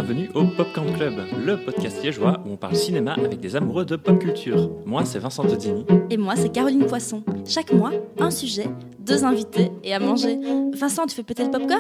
bienvenue au Popcorn Club, le podcast liégeois où on parle cinéma avec des amoureux de pop culture. Moi, c'est Vincent Todini. Et moi, c'est Caroline Poisson. Chaque mois, un sujet, 2 invités et à manger. Vincent, tu fais péter le popcorn ?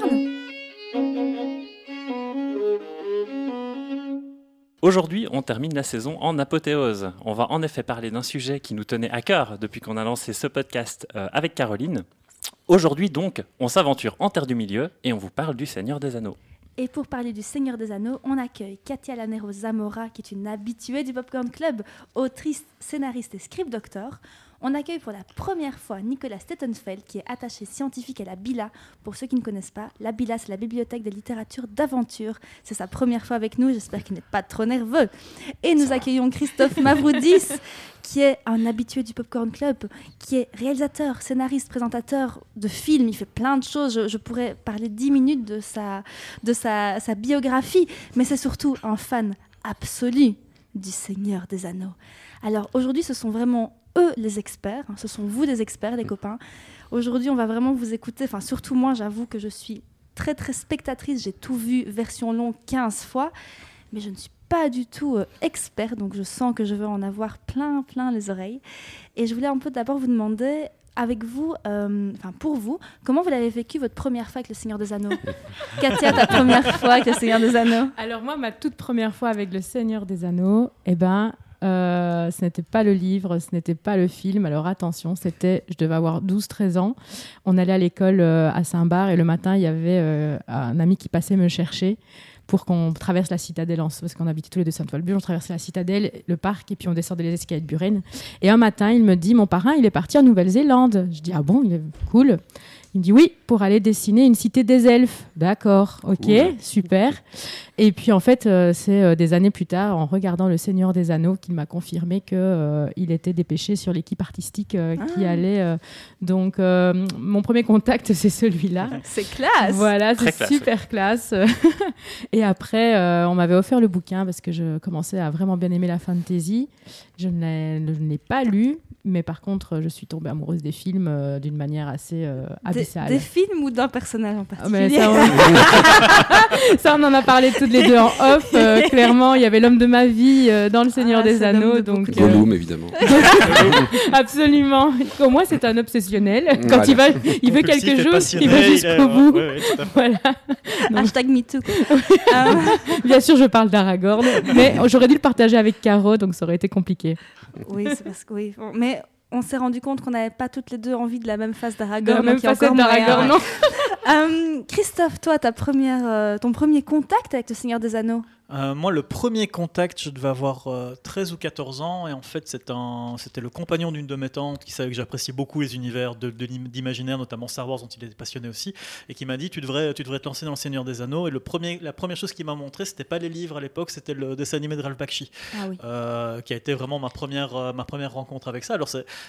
Aujourd'hui, on termine la saison en apothéose. On va en effet parler d'un sujet qui nous tenait à cœur depuis qu'on a lancé ce podcast avec Caroline. Aujourd'hui donc, on s'aventure en terre du milieu et on vous parle du Seigneur des Anneaux. Et pour parler du Seigneur des Anneaux, on accueille Katia Lanero Zamora, qui est une habituée du Popcorn Club, autrice, scénariste et script doctor. On accueille pour la première fois Nicolas Stettenfeld, qui est attaché scientifique à la BILA. Pour ceux qui ne connaissent pas, la BILA, c'est la Bibliothèque de littérature d'aventure. C'est sa première fois avec nous, j'espère qu'il n'est pas trop nerveux. Et nous accueillons Christophe Mavroudis, qui est un habitué du Popcorn Club, qui est réalisateur, scénariste, présentateur de films. Il fait plein de choses. Je pourrais parler 10 minutes de sa biographie, mais c'est surtout un fan absolu du Seigneur des Anneaux. Alors aujourd'hui, ce sont vraiment eux les experts, ce sont vous les experts, les copains. Aujourd'hui, on va vraiment vous écouter. Enfin, surtout moi, j'avoue que je suis très très spectatrice. J'ai tout vu, version longue, 15 fois, mais je ne suis pas du tout expert, donc je sens que je veux en avoir plein les oreilles. Et je voulais un peu d'abord vous demander, avec vous, pour vous, comment vous l'avez vécu votre première fois avec le Seigneur des Anneaux ? Katia, ta première fois avec le Seigneur des Anneaux ? Alors moi, ma toute première fois avec le Seigneur des Anneaux, ce n'était pas le livre, ce n'était pas le film. Alors attention, je devais avoir 12-13 ans. On allait à l'école à Saint-Bar et le matin, il y avait un ami qui passait me chercher pour qu'on traverse la citadelle, parce qu'on habitait tous les deux Sainte-Walburge. On traversait la citadelle, le parc, et puis on descendait les escaliers de Buren. Et un matin, il me dit, mon parrain, il est parti en Nouvelle-Zélande. Je dis, ah bon, il est cool. Il me dit, oui, pour aller dessiner une cité des elfes. D'accord, ok, cool. Super. Et puis, en fait, c'est des années plus tard, en regardant Le Seigneur des Anneaux, qu'il m'a confirmé qu'il était dépêché sur l'équipe artistique qui allait. Donc, mon premier contact, c'est celui-là. C'est classe. Voilà, très c'est classe, super classe. Et après, on m'avait offert le bouquin parce que je commençais à vraiment bien aimer la fantasy. Je ne l'ai pas lu, mais par contre, je suis tombée amoureuse des films d'une manière assez abyssale. Des films ou d'un personnage en particulier ? Ça, on en a parlé toutes les deux en off. Clairement, il y avait l'homme de ma vie dans Le Seigneur des Anneaux. Donc, Gollum, évidemment. Absolument. Au moins, c'est un obsessionnel. Quand il veut quelque chose, il va jusqu'au bout. Voilà. Hashtag MeToo. Bien sûr, je parle d'Aragorn, mais j'aurais dû le partager avec Caro, donc ça aurait été compliqué. Oui, c'est parce que oui. Mais on s'est rendu compte qu'on n'avait pas toutes les deux envie de la même face d'Aragorn. De la même facette d'Aragorn, non. Christophe, toi, ton premier contact avec le Seigneur des Anneaux ? Moi, le premier contact, je devais avoir 13 ou 14 ans, et en fait, c'était le compagnon d'une de mes tantes qui savait que j'appréciais beaucoup les univers d'imaginaire, notamment Star Wars, dont il était passionné aussi, et qui m'a dit tu devrais te lancer dans Le Seigneur des Anneaux. Et la première chose qu'il m'a montré, c'était pas les livres à l'époque, c'était le dessin animé de Ralph Bakshi, qui a été vraiment ma première rencontre avec ça. Alors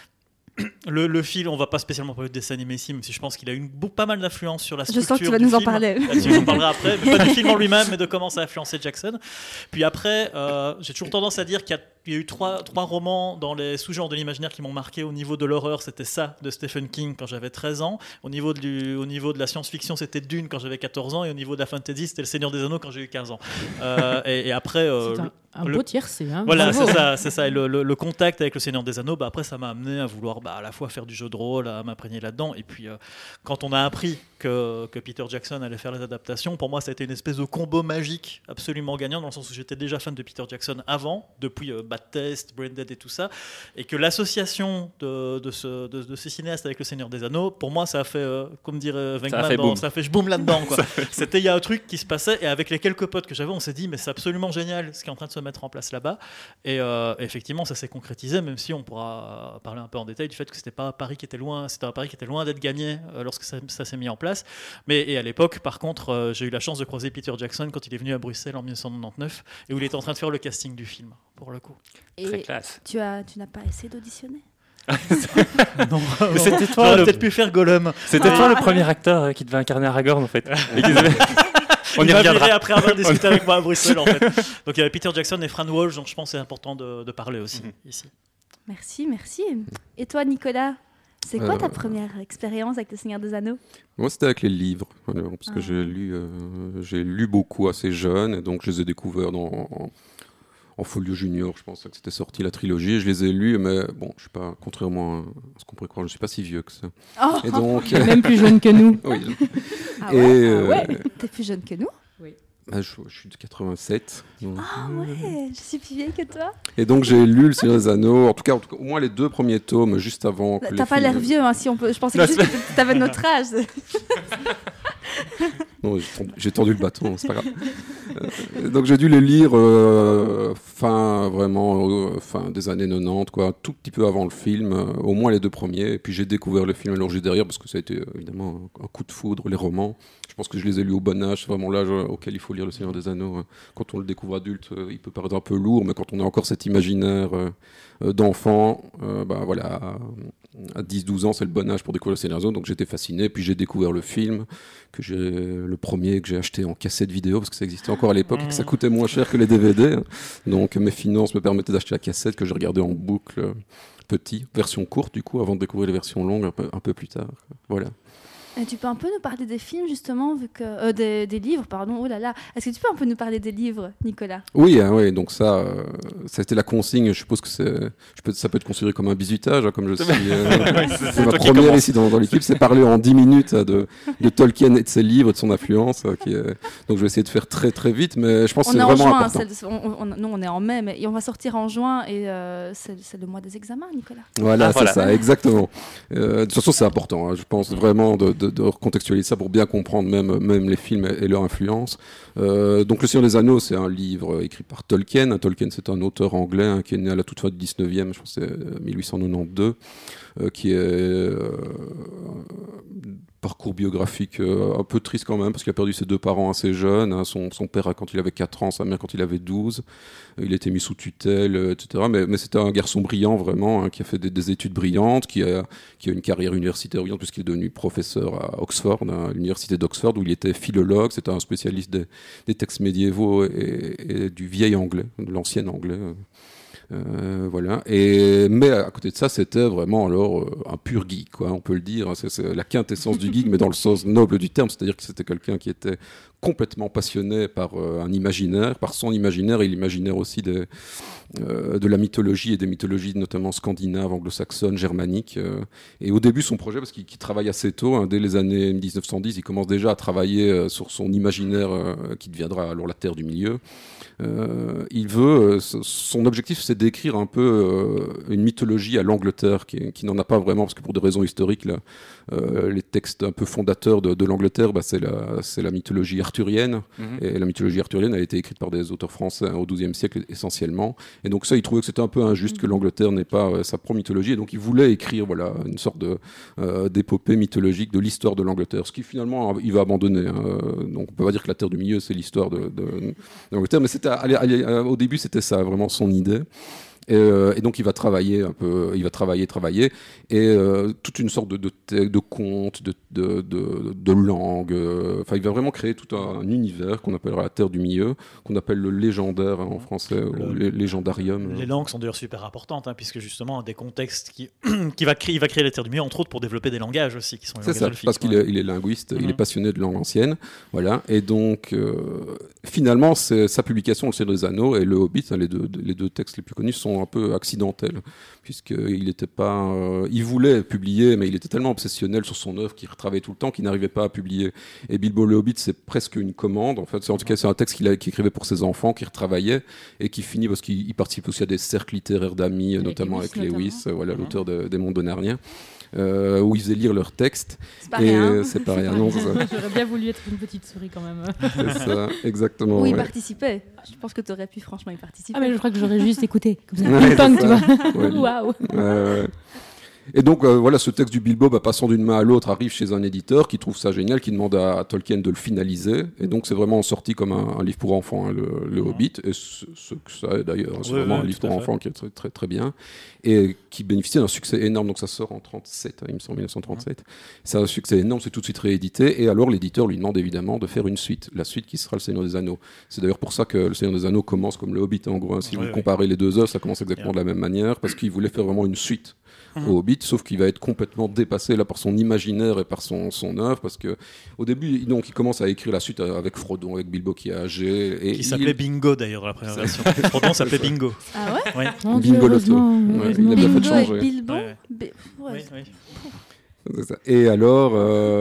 le film, on va pas spécialement parler de dessin animé ici, même si je pense qu'il a eu pas mal d'influence sur la structure. Je sens que tu vas nous en parler. J'en parlerai après, mais pas du film en lui-même, mais de comment ça a influencé Jackson. Puis après, j'ai toujours tendance à dire qu'il y a eu trois romans dans les sous-genres de l'imaginaire qui m'ont marqué. Au niveau de l'horreur, c'était ça, de Stephen King, quand j'avais 13 ans. Au niveau de la science-fiction, c'était Dune, quand j'avais 14 ans. Et au niveau de la fantasy, c'était Le Seigneur des Anneaux, quand j'ai eu 15 ans. Et après... Un beau tiercé, hein. Voilà, bravo. c'est ça. Et le contact avec Le Seigneur des Anneaux, après, ça m'a amené à vouloir à la fois faire du jeu de rôle, à m'imprégner là-dedans. Et puis, quand on a appris que Peter Jackson allait faire les adaptations, pour moi, ça a été une espèce de combo magique absolument gagnant, dans le sens où j'étais déjà fan de Peter Jackson avant, depuis Bad Taste, Brain Dead et tout ça. Et que l'association de ce cinéaste avec Le Seigneur des Anneaux, pour moi, ça a fait, comme dirait Venkman, ça a fait boum là-dedans, quoi. Il y a un truc qui se passait, et avec les quelques potes que j'avais, on s'est dit, mais c'est absolument génial ce qui est en train de se mettre en place là-bas. Et effectivement, ça s'est concrétisé, même si on pourra parler un peu en détail du fait que c'était un pari qui était loin d'être gagné lorsque ça s'est mis en place. Et à l'époque, par contre, j'ai eu la chance de croiser Peter Jackson quand il est venu à Bruxelles en 1999, et où il était en train de faire le casting du film, pour le coup. Et très classe. Tu n'as pas essayé d'auditionner ? Non, mais c'était toi. J'aurais peut-être pu faire Gollum. C'était toi le premier acteur qui devait incarner Aragorn, en fait. On y reviendra après avoir discuté avec moi à Bruxelles, en fait. Donc il y avait Peter Jackson et Fran Walsh, donc je pense que c'est important de parler aussi ici. Merci. Et toi, Nicolas, C'est quoi ta première expérience avec Le Seigneur des Anneaux ? Moi, c'était avec les livres, alors, parce que j'ai lu beaucoup assez jeune, et donc je les ai découverts en folio junior, je pense que c'était sorti la trilogie, et je les ai lus, mais bon, je suis pas, contrairement à ce qu'on pourrait croire, je suis pas si vieux que ça. Oh Et donc, Même plus jeune que nous. oui. Ah ouais, Et, T'es plus jeune que nous ? je suis de 87. Donc, Ah ouais, je suis plus vieille que toi. et donc j'ai lu Le Seigneur des Anneaux, en tout cas, au moins les 2 premiers tomes, juste avant. Que T'as les pas l'air films- vieux, hein, si on peut. Je pensais que juste que t'avais notre âge. Non, j'ai tendu le bâton, c'est pas grave. Donc j'ai dû les lire fin des années 90, quoi, un tout petit peu avant le film, au moins les 2 premiers. Et puis j'ai découvert le film à l'orgie derrière parce que ça a été évidemment un coup de foudre, les romans. Je pense que je les ai lus au bon âge, c'est vraiment l'âge auquel il faut lire Le Seigneur des Anneaux. Quand on le découvre adulte, il peut paraître un peu lourd, mais quand on a encore cet imaginaire d'enfant, voilà, à 10-12 ans, c'est le bon âge pour découvrir Le Seigneur des Anneaux. Donc j'étais fasciné, puis j'ai découvert le film, le premier que j'ai acheté en cassette vidéo, parce que ça existait encore à l'époque et que ça coûtait moins cher que les DVD. Donc mes finances me permettaient d'acheter la cassette que j'ai regardée en boucle, petit, version courte du coup, avant de découvrir les versions longues un peu plus tard. Voilà. Et tu peux un peu nous parler des films, justement, vu que des livres, pardon. Oh là là. Est-ce que tu peux un peu nous parler des livres, Nicolas ? Oui, donc ça a été la consigne. Je suppose que ça peut être considéré comme un bizutage, comme je suis. C'est ma première ici dans l'équipe, c'est parler en 10 minutes de Tolkien et de ses livres, de son influence. Donc je vais essayer de faire très très vite, mais je pense que c'est vraiment important. Nous, on est en mai, mais on va sortir en juin et c'est le mois des examens, Nicolas. Voilà, c'est ça, exactement. De toute façon, c'est important. Je pense vraiment de recontextualiser ça pour bien comprendre même les films et leur influence. Donc Le Seigneur des Anneaux, c'est un livre écrit par Tolkien. Tolkien, c'est un auteur anglais qui est né à la toute fin du 19e, je pense que c'est 1892, qui est parcours biographique un peu triste quand même, parce qu'il a perdu ses 2 parents assez jeunes, son père quand il avait 4 ans, sa mère quand il avait 12, il a été mis sous tutelle, etc. Mais c'était un garçon brillant vraiment, qui a fait des études brillantes, qui a une carrière universitaire brillante, puisqu'il est devenu professeur à Oxford, à l'université d'Oxford, où il était philologue, c'était un spécialiste des textes médiévaux et du vieil anglais, de l'ancien anglais. Voilà. Mais à côté de ça, c'était vraiment alors un pur geek, quoi, on peut le dire. C'est la quintessence du geek, mais dans le sens noble du terme, c'est-à-dire que c'était quelqu'un qui était complètement passionné par un imaginaire, par son imaginaire et l'imaginaire aussi de la mythologie et des mythologies notamment scandinaves, anglo-saxonnes, germaniques. Et au début, son projet, parce qu'il travaille assez tôt, dès les années 1910, il commence déjà à travailler sur son imaginaire qui deviendra alors la Terre du Milieu. Son objectif, c'est d'écrire un peu une mythologie à l'Angleterre qui n'en a pas vraiment, parce que pour des raisons historiques, là, les textes un peu fondateurs de l'Angleterre, c'est la mythologie arthurienne. Et la mythologie arthurienne a été écrite par des auteurs français au XIIe siècle essentiellement. Et donc ça, il trouvait que c'était un peu injuste que l'Angleterre n'ait pas sa propre mythologie. Et donc il voulait écrire une sorte d'épopée mythologique de l'histoire de l'Angleterre, ce qui finalement il va abandonner. Donc on peut pas dire que la Terre du Milieu, c'est l'histoire de l'Angleterre, mais au début, c'était ça, vraiment son idée. Et donc il va travailler un peu, et toute une sorte de contes, de langues. Enfin, il va vraiment créer tout un univers qu'on appellera la Terre du Milieu, qu'on appelle le légendaire en français, ou le légendarium. Les langues sont d'ailleurs super importantes, puisque justement des contextes il va créer la Terre du Milieu, entre autres pour développer des langages aussi qui sont les langages elfiques. Parce qu'il est linguiste, il est passionné de langue ancienne, voilà. Et donc finalement, sa publication, Le Seigneur des Anneaux et Le Hobbit, les deux textes les plus connus sont un peu accidentel, puisqu'il n'était pas, il voulait publier, mais il était tellement obsessionnel sur son œuvre qu'il retravaillait tout le temps qu'il n'arrivait pas à publier. Et Bilbo le Hobbit, c'est presque une commande. En fait, en tout cas, c'est un texte qu'il écrivait pour ses enfants, qu'il retravaillait et qui finit parce qu'il participe aussi à des cercles littéraires d'amis, notamment avec Lewis, l'auteur des Mondes de Narnia. Où ils faisaient lire leurs textes. C'est pas rien. C'est pas rien, non, c'est ça. J'aurais bien voulu être une petite souris quand même. C'est ça, exactement. Où il participait. Je pense que tu aurais pu franchement y participer. Ah mais je crois que j'aurais juste écouté. Comme ça, Ouais, ping-pong, c'est tu ça. vois. Waouh. Et donc voilà, ce texte du Bilbo, passant d'une main à l'autre, arrive chez un éditeur qui trouve ça génial, qui demande à Tolkien de le finaliser. Et donc c'est vraiment sorti comme un livre pour enfants, le Hobbit. Et ce que ça est d'ailleurs, c'est vraiment un livre pour enfants qui est très très très bien et qui bénéficie d'un succès énorme. Donc ça sort en 37, il me semble, 1937. C'est un succès énorme, c'est tout de suite réédité. Et alors l'éditeur lui demande évidemment de faire une suite, la suite qui sera Le Seigneur des Anneaux. C'est d'ailleurs pour ça que Le Seigneur des Anneaux commence comme le Hobbit, en gros. Si vous comparez les deux œuvres, ça commence exactement de la même manière, parce qu'il voulait faire vraiment une suite. au Hobbit, sauf qu'il va être complètement dépassé là par son imaginaire et par son œuvre, parce que au début, donc il commence à écrire la suite avec Frodon, avec Bilbo qui est âgé, et qui s'appelait Bingo d'ailleurs dans la première version. Frodon s'appelait Bingo. Ah ouais. Ouais. Mon Dieu, Bingo Lotto. heureusement, Ouais, il a bien fait de Bingo et changer. Bilbo. Ouais. Ouais. Oui. C'est ça. Et alors,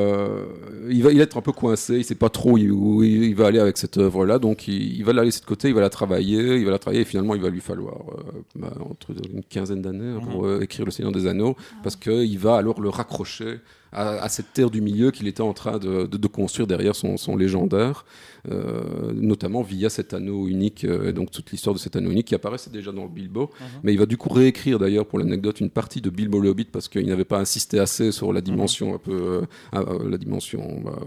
il va être un peu coincé, il ne sait pas trop où il va aller avec cette œuvre-là, donc il va la laisser de côté, il va la travailler, et finalement il va lui falloir entre une quinzaine d'années pour écrire Le Seigneur des Anneaux, parce qu'il va alors le raccrocher à cette terre du milieu qu'il était en train de construire derrière son légendaire, notamment via cet anneau unique, et donc toute l'histoire de cet anneau unique qui apparaissait déjà dans le Bilbo, mais il va du coup réécrire d'ailleurs pour l'anecdote une partie de Bilbo le Hobbit parce qu'il n'avait pas insisté assez sur la dimension un peu, la dimension,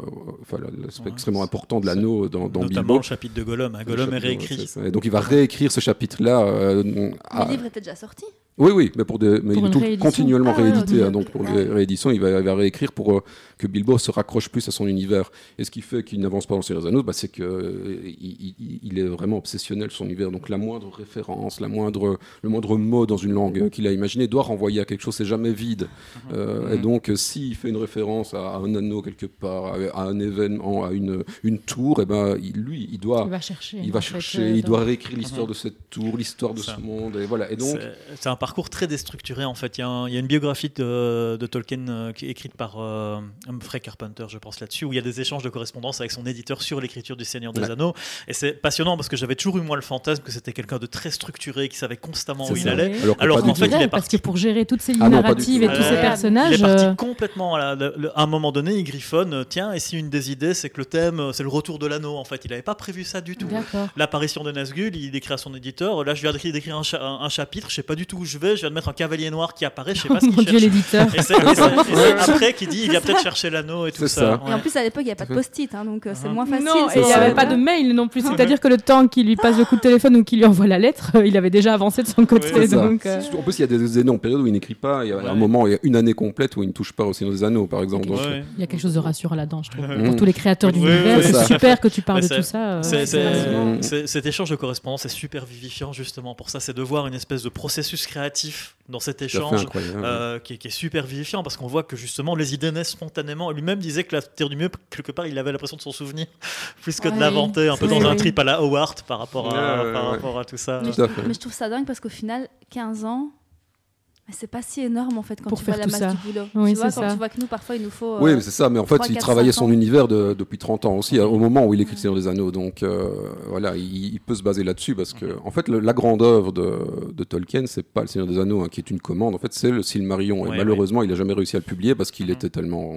l'aspect extrêmement important de l'anneau dans Notamment Bilbo. le chapitre de Gollum. Gollum est réécrit. Et donc il va réécrire ce chapitre-là. Le livre était déjà sorti. Oui, mais mais il une est réédition. continuellement réédité, ok. donc pour les rééditions, il va réécrire pour que Bilbo se raccroche plus à son univers. Et ce qui fait qu'il n'avance pas dans Seigneur des Anneaux, c'est que il est vraiment obsessionnel sur son univers. Donc la moindre référence, le moindre mot dans une langue qu'il a imaginé doit renvoyer à quelque chose, c'est jamais vide. Et donc s'il fait une référence à un anneau quelque part, à un événement, à une tour, et ben il doit. Il va chercher. Il va chercher, il doit réécrire l'histoire de cette tour, l'histoire de ce monde, et voilà. Et donc, c'est un parcours très déstructuré en fait. Il y a une biographie de Tolkien qui est écrite par Humphrey Carpenter, je pense là-dessus, où il y a des échanges de correspondance avec son éditeur sur l'écriture du Seigneur des Anneaux. Et c'est passionnant parce que j'avais toujours eu moi le fantasme que c'était quelqu'un de très structuré, qui savait constamment où il allait. Alors qu'en fait, il est parce parti. que pour gérer toutes ces lignes Ah non, pas du narratives tout. et tous ces personnages, Il est parti complètement. À un moment donné, il griffonne. Tiens, et si une des idées, c'est que le thème, c'est le retour de l'anneau. En fait, il n'avait pas prévu ça du tout. D'accord. L'apparition de Nazgûl, il écrit à son éditeur. Là, je viens d'écrire un chapitre. Je sais pas du tout où je vais. Je viens de mettre un cavalier noir qui apparaît. Je sais pas ce Mon qu'il Dieu, cherche. l'éditeur. Et c'est après qu'il dit, il vient peut-être chercher l'anneau et tout C'est ça. Et en plus, à l'époque, il n'y a pas de post-it, hein, donc c'est moins facile. Non, et c'est il n'y ça. avait pas de mail non plus. C'est-à-dire que le temps qu'il lui passe le coup de téléphone ou qu'il lui envoie la lettre, il avait déjà avancé de son côté. Oui, c'est ça. Donc, En plus, il y a des énormes périodes où il n'écrit pas. Il y a un moment, il y a une année complète où il ne touche pas au Seigneur des Anneaux, par exemple. Donc, Ouais. il y a quelque chose de rassurant là-dedans, je trouve. Mhm. Pour tous les créateurs Oui, d'univers, oui, c'est ça. super que tu parles Mais de tout ça. Cet échange de correspondance est super vivifiant justement pour ça, c'est de voir une espèce de processus créatif dans cet tout à fait échange incroyable. qui est super vivifiant parce qu'on voit que justement les idées naissent spontanément. Lui-même disait que la Terre du Milieu, quelque part, il avait l'impression de s'en souvenir plus que de Oui, l'inventer, un peu oui, dans un oui. trip à la Howard par rapport à, Ouais, par ouais. rapport à tout ça. Mais, Tout à fait. mais je trouve ça dingue parce qu'au final, 15 ans, mais c'est pas si énorme en fait quand Pour tu vois faire la tout masse ça. du boulot. Oui, Tu vois, c'est quand ça. tu vois que nous, parfois, il nous faut. Oui, mais c'est ça. Mais en fait, 3, il 4, travaillait 5 son ans. univers depuis 30 ans aussi, au moment où il écrit Le Seigneur des Anneaux. Donc voilà, il peut se baser là-dessus parce que, en fait, la grande œuvre de Tolkien, c'est pas Le Seigneur des Anneaux, qui est une commande. En fait, c'est le Silmarillion. Ouais, Et malheureusement, il a jamais réussi à le publier parce qu'il était tellement,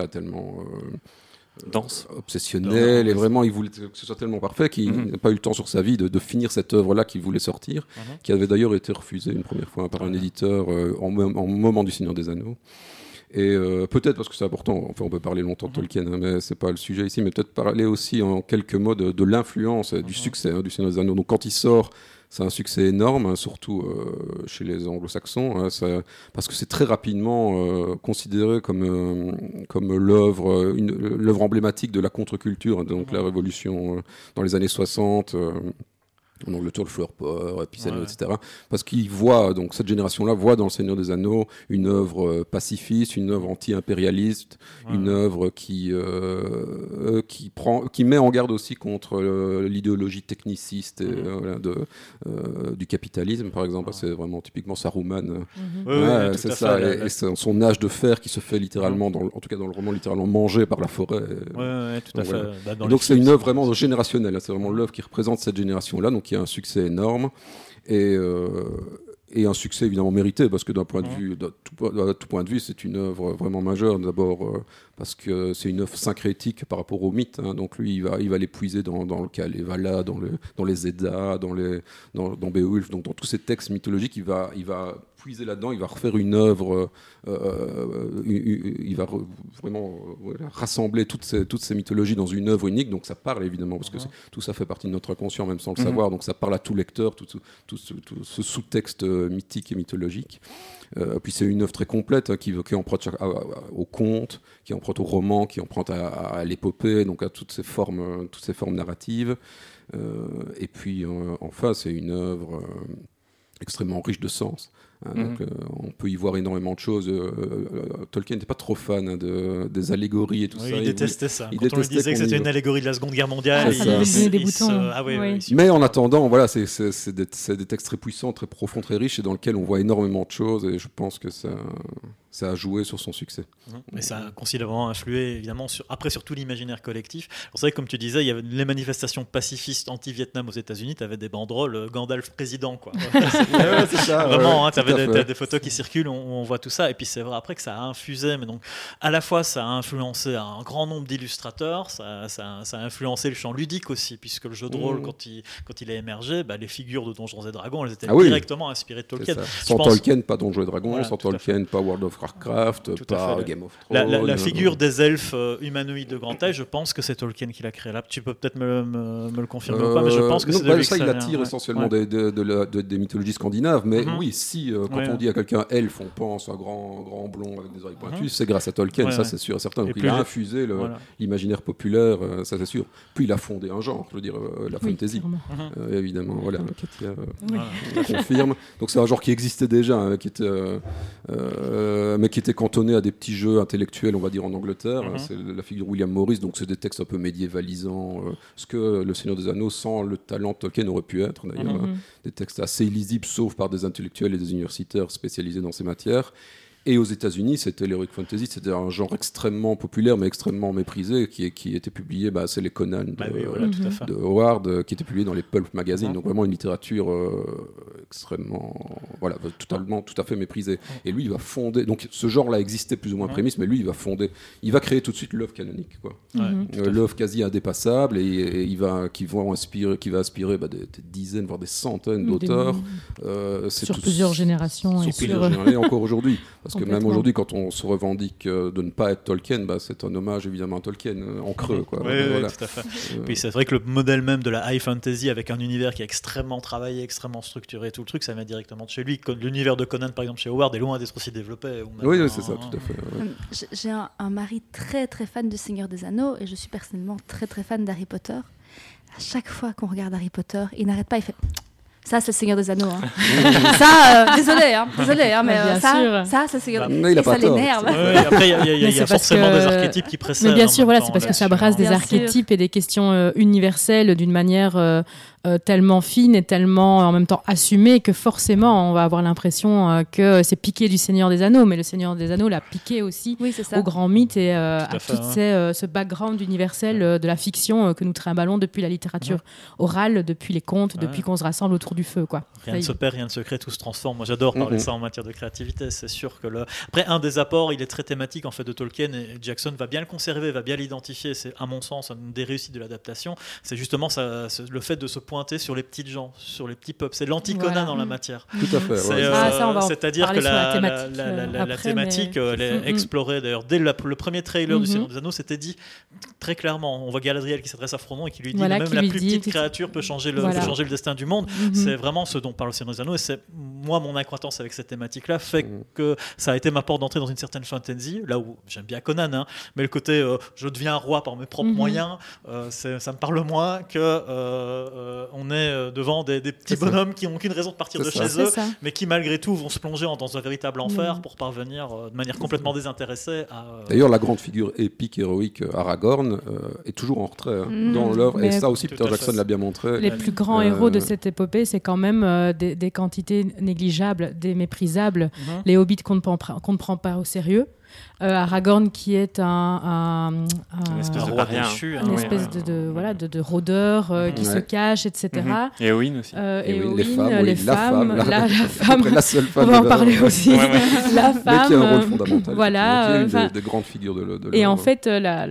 Dense. obsessionnel et vraiment il voulait que ce soit tellement parfait qu'il n'a pas eu le temps sur sa vie de finir cette œuvre-là qu'il voulait sortir, qui avait d'ailleurs été refusée une première fois par un éditeur en moment du Seigneur des Anneaux. Et peut-être, parce que c'est important, enfin on peut parler longtemps de Tolkien, mais c'est pas le sujet ici, mais peut-être parler aussi en quelques mots de l'influence, du succès du Seigneur des Anneaux. Donc quand il sort, c'est un succès énorme, surtout chez les anglo-saxons, parce que c'est très rapidement considéré comme l'œuvre emblématique de la contre-culture, donc la révolution dans les années 60. Donc le Tour de Flower Power, Epicène, etc. Parce qu'ils voient, donc cette génération-là voit dans Le Seigneur des Anneaux une œuvre pacifiste, une œuvre anti-impérialiste, une œuvre qui met en garde aussi contre l'idéologie techniciste du capitalisme, par exemple. C'est vraiment typiquement Saruman. C'est ça. Et son âge de fer qui se fait littéralement, en tout cas dans le roman, littéralement mangé par la forêt. Tout à fait. Donc c'est une œuvre vraiment générationnelle. C'est vraiment l'œuvre qui représente cette génération-là. Donc il y a un succès énorme et un succès évidemment mérité parce que d'un point de vue, de tout point de vue, c'est une œuvre vraiment majeure. D'abord parce que c'est une œuvre syncrétique par rapport au mythe. Donc lui, il va l'épuiser dans le Kalevala, dans les Eddas, dans Beowulf, donc dans tous ces textes mythologiques, il va puiser là-dedans, il va refaire une œuvre, il va vraiment rassembler toutes ces mythologies dans une œuvre unique, donc ça parle évidemment, parce que tout ça fait partie de notre inconscient, même sans le savoir, donc ça parle à tout lecteur, tout ce sous-texte mythique et mythologique. Puis c'est une œuvre très complète qui emprunte au conte, qui emprunte au roman, qui emprunte à l'épopée, donc à toutes ces formes narratives. Et puis enfin, c'est une œuvre extrêmement riche de sens. Donc, on peut y voir énormément de choses. Tolkien n'était pas trop fan des allégories et tout ça. Il détestait ça. Il Quand on lui disait que c'était une allégorie de la Seconde Guerre mondiale, Mais en attendant, voilà, c'est des textes très puissants, très profonds, très riches, et dans lesquels on voit énormément de choses, et je pense que ça a joué sur son succès. Mais ça a considérablement influé, évidemment, sur tout l'imaginaire collectif. C'est vrai que, comme tu disais, il y avait les manifestations pacifistes anti-Vietnam aux États-Unis, tu avais des banderoles Gandalf président, quoi. C'est ça. Vraiment, tu avais des photos qui circulent, on voit tout ça. Et puis c'est vrai après que ça a infusé, mais donc à la fois ça a influencé un grand nombre d'illustrateurs, ça a influencé le champ ludique aussi, puisque le jeu de rôle, quand il a émergé, les figures de Donjons et Dragons, elles étaient directement inspirées de Tolkien. Sans Tolkien, pas Donjons et Dragons, sans Tolkien, pas World of Warcraft, pas Game of Thrones. La figure des elfes humanoïdes de grande taille, je pense que c'est Tolkien qui l'a créé. Là, tu peux peut-être me le confirmer ou pas, mais je pense que c'est de lui que ça il vient. attire essentiellement des mythologies scandinaves, mais oui, si quand on dit à quelqu'un elfe, on pense à un grand blond avec des oreilles pointues, c'est grâce à Tolkien, ça c'est sûr et certain. Donc il a infusé l'imaginaire populaire, ça c'est sûr. Puis il a fondé un genre, je veux dire la fantasy, évidemment. Voilà, Katia confirme. Donc c'est un genre qui existait déjà, mais qui était cantonné à des petits jeux intellectuels, on va dire en Angleterre. C'est la figure William Morris, donc c'est des textes un peu médiévalisants, ce que Le Seigneur des Anneaux, sans le talent de Tolkien, aurait pu être d'ailleurs. Des textes assez illisibles, sauf par des intellectuels et des universitaires spécialisés dans ces matières. Et aux États-Unis, c'était l'heroic fantasy, c'était un genre extrêmement populaire, mais extrêmement méprisé, qui était publié, c'est les Conan de Howard, qui était publié dans les pulp magazines, donc vraiment une littérature extrêmement, tout à fait méprisée. Et lui, il va fonder, donc ce genre-là existait plus ou moins prémisse, mais lui, il va créer tout de suite l'œuvre canonique, quoi. L'œuvre quasi indépassable, et qui va aspirer des dizaines, voire des centaines d'auteurs. Sur plusieurs générations. Et encore aujourd'hui. Parce que même aujourd'hui, quand on se revendique de ne pas être Tolkien, c'est un hommage évidemment à Tolkien, en creux. Quoi. Oui, tout à fait. Puis c'est vrai que le modèle même de la high fantasy, avec un univers qui est extrêmement travaillé, extrêmement structuré, tout le truc, ça vient directement de chez lui. L'univers de Conan, par exemple, chez Howard, est loin d'être aussi développé. Oui, c'est ça, tout à fait. J'ai un mari très très fan de Seigneur des Anneaux, et je suis personnellement très très fan d'Harry Potter. À chaque fois qu'on regarde Harry Potter, il n'arrête pas, il fait... Ça, c'est le Seigneur des Anneaux. Ça, désolé, mais ça, c'est le Seigneur des Anneaux. Mais il a pas ça l'énerve. Après, il y a forcément des archétypes qui précèdent. Mais bien sûr, c'est parce que ça brasse des archétypes et des questions universelles d'une manière tellement fine et tellement en même temps assumée que forcément, on va avoir l'impression que c'est piqué du Seigneur des Anneaux. Mais le Seigneur des Anneaux l'a piqué aussi au grand mythe et à tout ce background universel de la fiction que nous trimballons depuis la littérature orale, depuis les contes, depuis qu'on se rassemble autour du feu, quoi. Rien ne se perd, rien ne se crée, tout se transforme. Moi, j'adore parler de ça en matière de créativité. C'est sûr que après, un des apports, il est très thématique en fait de Tolkien, et Jackson va bien le conserver, va bien l'identifier. C'est à mon sens une des réussites de l'adaptation. C'est justement le fait de se pointer sur les petites gens, sur les petits peuples. C'est l'anti-Conan dans la matière. Tout à fait. C'est-à-dire que la thématique, elle est explorée. D'ailleurs, dès le premier trailer du Seigneur des Anneaux, c'était dit très clairement. On voit Galadriel qui s'adresse à Frodon et qui lui dit même la plus petite créature peut changer le destin du monde. C'est vraiment ce dont parle le Seigneur des Anneaux, et c'est moi mon acquaintance avec cette thématique-là fait que ça a été ma porte d'entrée dans une certaine fantasy, là où j'aime bien Conan, mais le côté je deviens roi par mes propres moyens, ça me parle moins que on est devant des petits bonhommes qui n'ont aucune raison de partir de chez eux, mais qui malgré tout vont se plonger dans un véritable enfer pour parvenir de manière complètement désintéressée à... D'ailleurs, la grande figure épique, héroïque Aragorn est toujours en retrait dans l'œuvre, et ça aussi Peter Jackson l'a bien montré. Les plus grands héros de cette épopée, c'est quand même des quantités négligeables, des méprisables, les hobbits qu'on ne prend pas au sérieux. Aragorn qui est une espèce de roi déchu, une espèce de rôdeur qui se cache, etc. Et Éowyn aussi. Les femmes, la femme, la seule femme, on va en parler aussi. La femme, mais qui a un rôle fondamental. Voilà, qui est une des grandes figures de l'œuvre. Et en fait,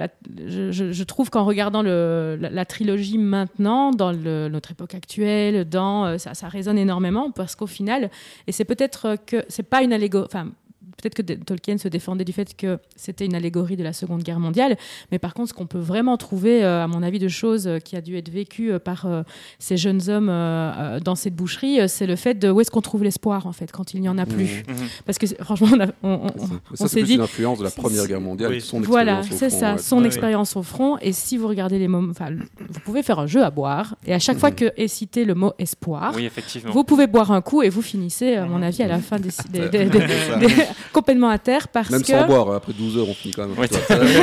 je trouve qu'en regardant la trilogie maintenant, dans notre époque actuelle, ça résonne énormément parce qu'au final, et c'est peut-être que c'est pas une allégorie. peut-être que Tolkien se défendait du fait que c'était une allégorie de la Seconde Guerre mondiale, mais par contre, ce qu'on peut vraiment trouver, à mon avis, de choses qui a dû être vécues par ces jeunes hommes dans cette boucherie, c'est le fait de où est-ce qu'on trouve l'espoir, en fait, quand il n'y en a plus. Parce que franchement, on s'est dit... C'est l'influence de la Première Guerre mondiale, son expérience voilà, au front. c'est ça, son expérience au front. Et si vous regardez les moments... Vous pouvez faire un jeu à boire, et à chaque fois que est cité le mot espoir, vous pouvez boire un coup et vous finissez, à mon avis, à la fin complètement à terre. Même sans boire, après 12 heures, on finit quand même. Oui.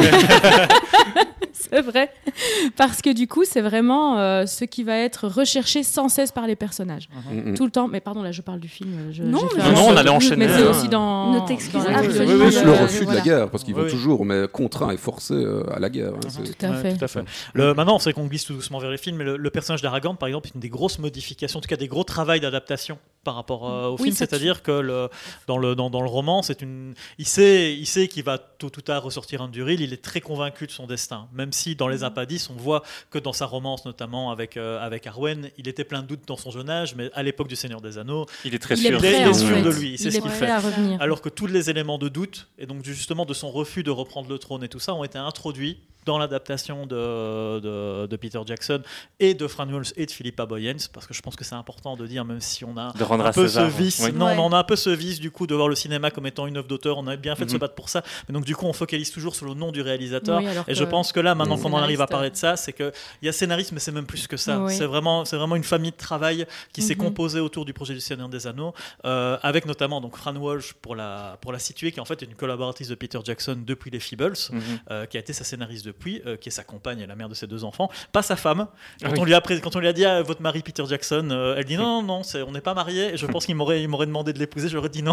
C'est vrai. Parce que du coup, c'est vraiment ce qui va être recherché sans cesse par les personnages. Tout le temps. Mais pardon, là, je parle du film. Non, on allait enchaîner. Mais c'est aussi dans... Ne t'excuse absolument. Oui, le refus de la guerre, parce qu'ils vont toujours, mais contraints et forcés à la guerre. Tout à fait. Maintenant, c'est qu'on glisse tout doucement vers les films, mais le personnage d'Aragorn, par exemple, est une des grosses modifications, en tout cas des gros travaux d'adaptation par rapport au film. C'est-à-dire que dans le roman, il sait qu'il va tôt ou tard ressortir Anduril. Il est très convaincu de son destin, même si dans les Impadis, on voit que dans sa romance, notamment avec Arwen, il était plein de doutes dans son jeune âge, mais à l'époque du Seigneur des Anneaux, il est très sûr de lui. Il est prêt à revenir. Alors que tous les éléments de doute, et donc justement de son refus de reprendre le trône et tout ça, ont été introduits dans l'adaptation de Peter Jackson et de Fran Wells et de Philippa Boyens, parce que je pense que c'est important de dire, même si on a un peu ce vice, on a un peu ce vice du coup de voir le cinéma comme étant une œuvre d'auteur, on a bien fait de se battre pour ça, mais donc du coup on focalise toujours sur le nom du réalisateur, et je pense que là maintenant qu'on en arrive à parler de ça, c'est qu'il y a scénariste, mais c'est même plus que ça, c'est vraiment une famille de travail qui s'est composée autour du projet du Seigneur des Anneaux, avec notamment donc Fran Walsh pour la situer, qui en fait est une collaboratrice de Peter Jackson depuis les Feebles, qui a été sa scénariste depuis, qui est sa compagne et la mère de ses 2 enfants, pas sa femme. Quand on lui a dit votre mari Peter Jackson, elle dit non, on n'est pas mariés, et je pense qu'il m'aurait demandé de l'épouser, j'aurais dit non.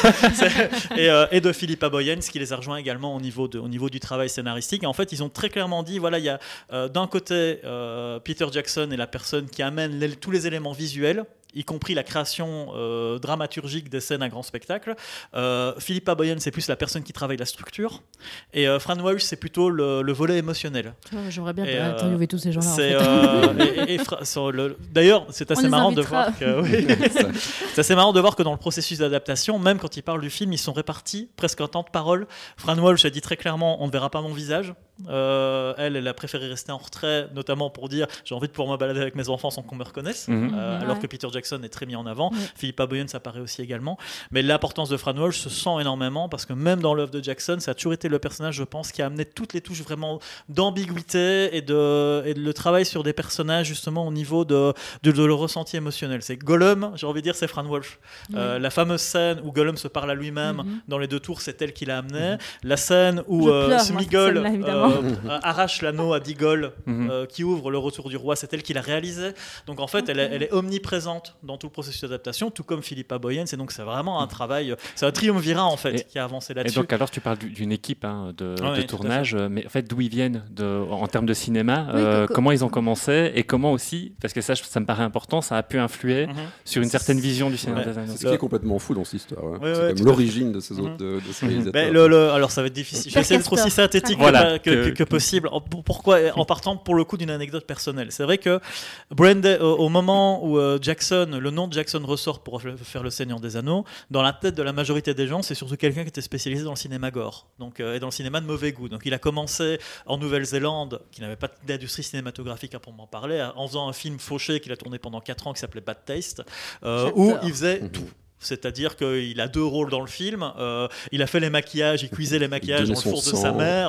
Et de Philippa Boyens qui les a rejoints également au niveau du travail scénaristique. Et en fait, ils ont très clairement dit voilà, il y a d'un côté Peter Jackson est la personne qui amène tous les éléments visuels, y compris la création dramaturgique des scènes à grand spectacle. Philippa Boyens, c'est plus la personne qui travaille la structure. Et Fran Welsh, c'est plutôt le volet émotionnel. J'aimerais bien interviewer tous ces gens-là. D'ailleurs, c'est assez marrant de voir que... c'est assez marrant de voir que dans le processus d'adaptation, même quand ils parlent du film, ils sont répartis presque en temps de parole. Fran Welsh a dit très clairement, on ne verra pas mon visage. Elle a préféré rester en retrait, notamment pour dire j'ai envie de pouvoir me balader avec mes enfants sans qu'on me reconnaisse, alors que Peter Jackson est très mis en avant. Philippa Boyens apparaît aussi également, mais l'importance de Fran Welsh se sent énormément, parce que même dans l'œuvre de Jackson, ça a toujours été le personnage, je pense, qui a amené toutes les touches vraiment d'ambiguïté et le travail sur des personnages justement au niveau de le ressenti émotionnel. C'est Gollum, j'ai envie de dire, c'est Fran Welsh. La fameuse scène où Gollum se parle à lui-même dans les 2 tours, c'est elle qui l'a amené. La scène où Sméagol arrache l'anneau à Diggle, qui ouvre le retour du roi, c'est elle qui l'a réalisé. Donc en fait, elle est omniprésente dans tout le processus d'adaptation, tout comme Philippa Boyens, et donc c'est vraiment un travail, c'est un triumvirat en fait qui a avancé là-dessus. Et donc alors tu parles d'une équipe de tournage, mais en fait d'où ils viennent en termes de cinéma, comment ils ont commencé, et comment aussi, parce que ça me paraît important, ça a pu influer sur une certaine vision du cinéma des Anneaux. C'est ce qui est complètement fou dans cette histoire. C'est quand même l'origine de ces autres de ces réalisateurs. Alors ça va être difficile. Je vais essayer d'être aussi synthétique que possible. Pourquoi, en partant pour le coup d'une anecdote personnelle. C'est vrai que au moment où le nom de Jackson ressort pour faire Le Seigneur des Anneaux, dans la tête de la majorité des gens, c'est surtout quelqu'un qui était spécialisé dans le cinéma gore, donc et dans le cinéma de mauvais goût. Donc il a commencé en Nouvelle-Zélande, qui n'avait pas d'industrie cinématographique à proprement parler, en faisant un film fauché qu'il a tourné pendant 4 ans qui s'appelait Bad Taste, où il faisait tout. C'est-à-dire qu'il a 2 rôles dans le film, il a fait les maquillages, il cuisait les maquillages dans le four de sa mère,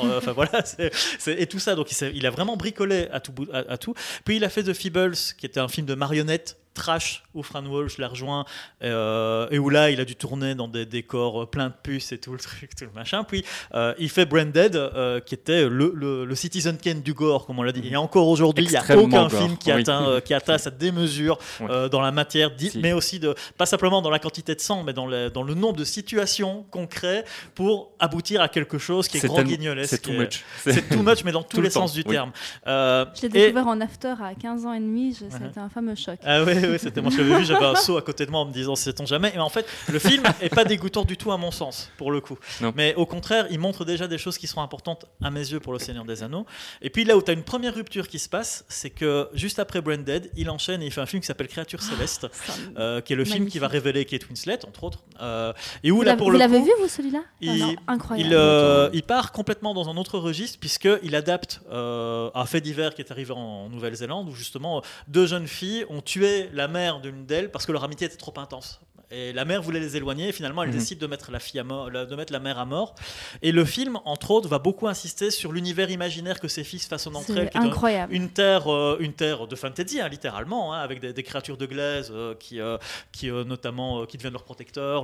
et tout ça. Donc il a vraiment bricolé à tout. Puis il a fait The Feebles, qui était un film de marionnettes trash où Fran Welsh l'a rejoint, et où là il a dû tourner dans des décors pleins de puces et tout le truc, tout le machin. Puis il fait Branded, qui était le Citizen Kane du gore, comme on l'a dit. Et encore aujourd'hui, il n'y a aucun film qui atteint cette démesure dans la matière, mais aussi pas simplement dans la quantité de sang, mais dans le nombre de situations qu'on crée pour aboutir à quelque chose qui est grand guignolesque. C'est too much. C'est too much, mais dans tous les sens du terme. Je l'ai découvert en after à 15 ans et demi, c'était un fameux choc. Ah oui. Oui, c'était moi je l'avais vu, j'avais un seau à côté de moi en me disant sait-on jamais. Et en fait, le film est pas dégoûtant du tout à mon sens, pour le coup. Non. Mais au contraire, il montre déjà des choses qui sont importantes à mes yeux pour le Seigneur des Anneaux. Et puis là où tu as une première rupture qui se passe, c'est que juste après Branded, il enchaîne et il fait un film qui s'appelle Créature Céleste, qui est le film qui va révéler Kate Winslet, entre autres. Et où là, pour Vous le l'avez coup, vu, vous, celui-là? Non, incroyable. il part complètement dans un autre registre puisqu'il adapte un fait divers qui est arrivé en Nouvelle-Zélande où justement 2 jeunes filles ont tué la mère d'une d'elles parce que leur amitié était trop intense. Et la mère voulait les éloigner et finalement elle décide de mettre la mère à mort. Et le film, entre autres, va beaucoup insister sur l'univers imaginaire que ces filles se façonnent entre elles. C'est incroyable. Une terre de fantasy, littéralement, avec des créatures de glaise qui notamment qui deviennent leurs protecteurs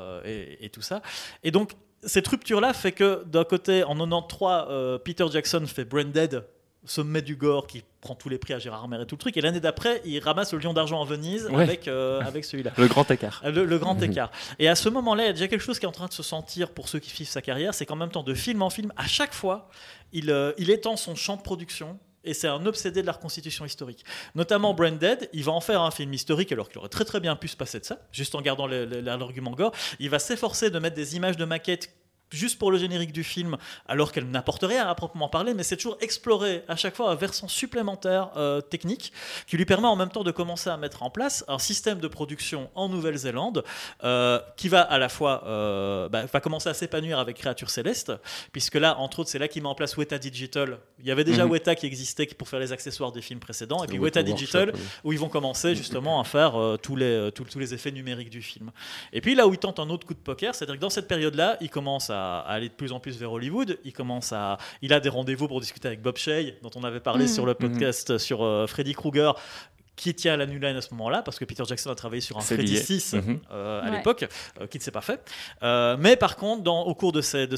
et tout ça. Et donc cette rupture-là fait que d'un côté, en 93, Peter Jackson fait Branded, sommet du gore, qui prend tous les prix à Gérard Armer et tout le truc, et l'année d'après il ramasse le Lion d'argent à Venise avec celui-là, le grand écart. le grand écart. Et à ce moment-là il y a déjà quelque chose qui est en train de se sentir pour ceux qui suivent sa carrière, c'est qu'en même temps de film en film, à chaque fois il étend son champ de production. Et c'est un obsédé de la reconstitution historique. Notamment Branded, il va en faire un film historique alors qu'il aurait très très bien pu se passer de ça, juste en gardant l'argument gore. Il va s'efforcer de mettre des images de maquettes juste pour le générique du film, alors qu'elle n'apporte rien à proprement parler, mais c'est toujours explorer à chaque fois un versant supplémentaire technique qui lui permet en même temps de commencer à mettre en place un système de production en Nouvelle-Zélande qui va à la fois va commencer à s'épanouir avec Créature Céleste, puisque là, entre autres, c'est là qu'il met en place Weta Digital. Il y avait déjà Weta qui existait pour faire les accessoires des films précédents, et puis Weta Digital, où ils vont commencer justement à faire tous les effets numériques du film. Et puis là où il tente un autre coup de poker, c'est-à-dire que dans cette période-là, il commence à aller de plus en plus vers Hollywood. Il a des rendez-vous pour discuter avec Bob Shaye, dont on avait parlé sur le podcast sur Freddy Krueger, qui tient à la New Line à ce moment-là, parce que Peter Jackson a travaillé sur un Freddy 6 à l'époque, qui ne s'est pas fait. Mais par contre, au cours de ces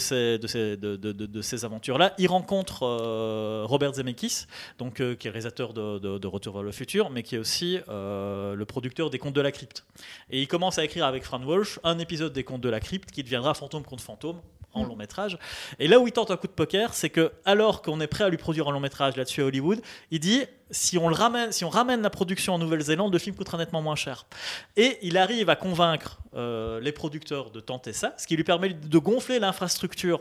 aventures-là, il rencontre Robert Zemeckis, donc, qui est le réalisateur de Retour vers le futur, mais qui est aussi le producteur des Contes de la Crypte. Et il commence à écrire avec Fran Walsh un épisode des Contes de la Crypte qui deviendra Fantôme contre Fantôme, en long métrage. Et là où il tente un coup de poker, c'est que alors qu'on est prêt à lui produire un long métrage là-dessus à Hollywood, il dit si on ramène la production en Nouvelle-Zélande, le film coûtera nettement moins cher. Et il arrive à convaincre les producteurs de tenter ça, ce qui lui permet de gonfler l'infrastructure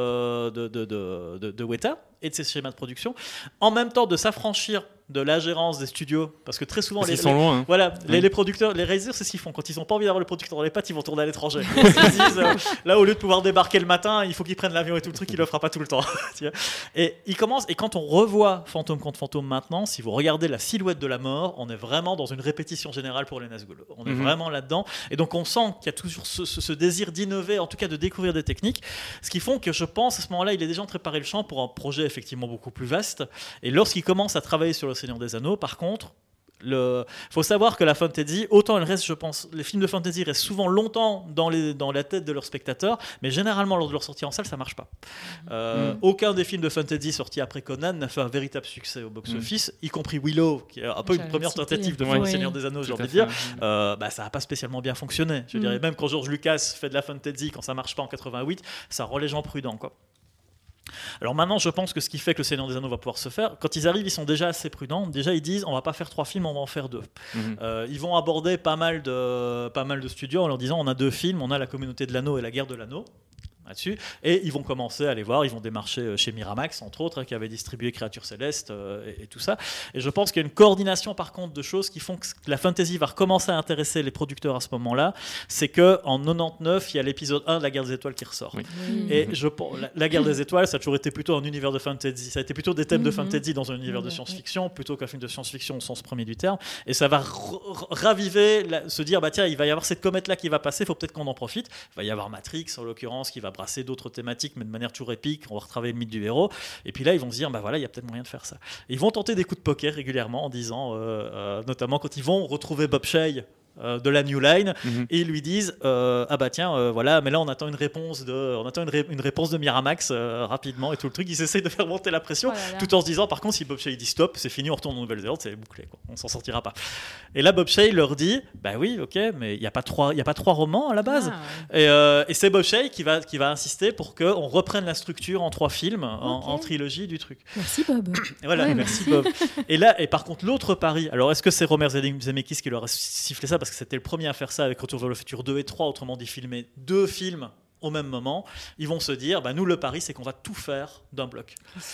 de Weta et de ses schémas de production, en même temps de s'affranchir de la gérance des studios, parce que très souvent ils sont loin. Voilà, les producteurs, les réalisateurs, c'est ce qu'ils font quand ils n'ont pas envie d'avoir le producteur dans les pattes, ils vont tourner à l'étranger. Ils se disent, là, au lieu de pouvoir débarquer le matin, il faut qu'ils prennent l'avion et tout le truc, il le fera pas tout le temps. Et il commence, et quand on revoit Fantôme contre Fantôme maintenant, si vous regardez la silhouette de la mort, on est vraiment dans une répétition générale pour les Nazgûl. On est vraiment là-dedans, et donc on sent qu'il y a toujours ce désir d'innover, en tout cas de découvrir des techniques, ce qui font que je pense à ce moment-là, il est déjà en train de préparer le champ pour un projet effectivement beaucoup plus vaste. Et lorsqu'il commence à travailler sur le Seigneur des Anneaux, par contre, faut savoir que la fantasy, autant elle reste, je pense, les films de fantasy restent souvent longtemps dans la tête de leurs spectateurs, mais généralement lors de leur sortie en salle, ça marche pas. Aucun des films de fantasy sortis après Conan n'a fait un véritable succès au box-office, y compris Willow, qui est un peu une première tentative de faire le Seigneur des Anneaux, j'ai envie de dire. Ça n'a pas spécialement bien fonctionné. Je dirais même quand George Lucas fait de la fantasy, quand ça marche pas en 88, ça rend les gens prudents, quoi. Alors maintenant, je pense que ce qui fait que le Seigneur des Anneaux va pouvoir se faire, quand ils arrivent, ils sont déjà assez prudents. Déjà, ils disent, on va pas faire 3 films, on va en faire 2. Ils vont aborder pas mal de studios en leur disant, on a 2 films, on a La Communauté de l'Anneau et La Guerre de l'Anneau. Là-dessus, et ils vont commencer à aller voir, ils vont démarcher chez Miramax entre autres, qui avait distribué Créature Céleste et tout ça, et je pense qu'il y a une coordination par contre de choses qui font que la fantasy va recommencer à intéresser les producteurs à ce moment-là. C'est que en 99 il y a l'épisode 1 de La Guerre des Étoiles qui ressort, et la Guerre des Étoiles, ça a toujours été plutôt un univers de fantasy, ça a été plutôt des thèmes de fantasy dans un univers de science-fiction plutôt qu'un film de science-fiction au sens premier du terme, et ça va raviver, se dire bah tiens, il va y avoir cette comète là qui va passer, il faut peut-être qu'on en profite. Il va y avoir Matrix en l'occurrence qui va brasser d'autres thématiques, mais de manière toujours épique. On va retravailler le mythe du héros. Et puis là, ils vont se dire, bah voilà, il y a peut-être moyen de faire ça. Et ils vont tenter des coups de poker régulièrement en disant, notamment quand ils vont retrouver Bob Shaye de la New Line et ils lui disent ah bah tiens voilà, mais là on attend une réponse de Miramax rapidement et tout le truc. Ils essayent de faire monter la pression tout en se disant par contre si Bob Shaye dit stop, c'est fini, on retourne en Nouvelle-Zélande, c'est bouclé quoi. On s'en sortira pas. Et là Bob Shaye leur dit bah oui ok, mais il y a pas trois romans à la base. Et c'est Bob Shaye qui va insister pour qu'on reprenne la structure en 3 films en trilogie du truc. Merci Bob. Et voilà, merci Bob. Et par contre l'autre pari, alors est-ce que c'est Romer Zemeckis qui leur a sifflé ça parce que c'était le premier à faire ça avec Retour vers le futur 2 et 3, autrement dit filmer 2 films au même moment, ils vont se dire nous le pari c'est qu'on va tout faire d'un bloc.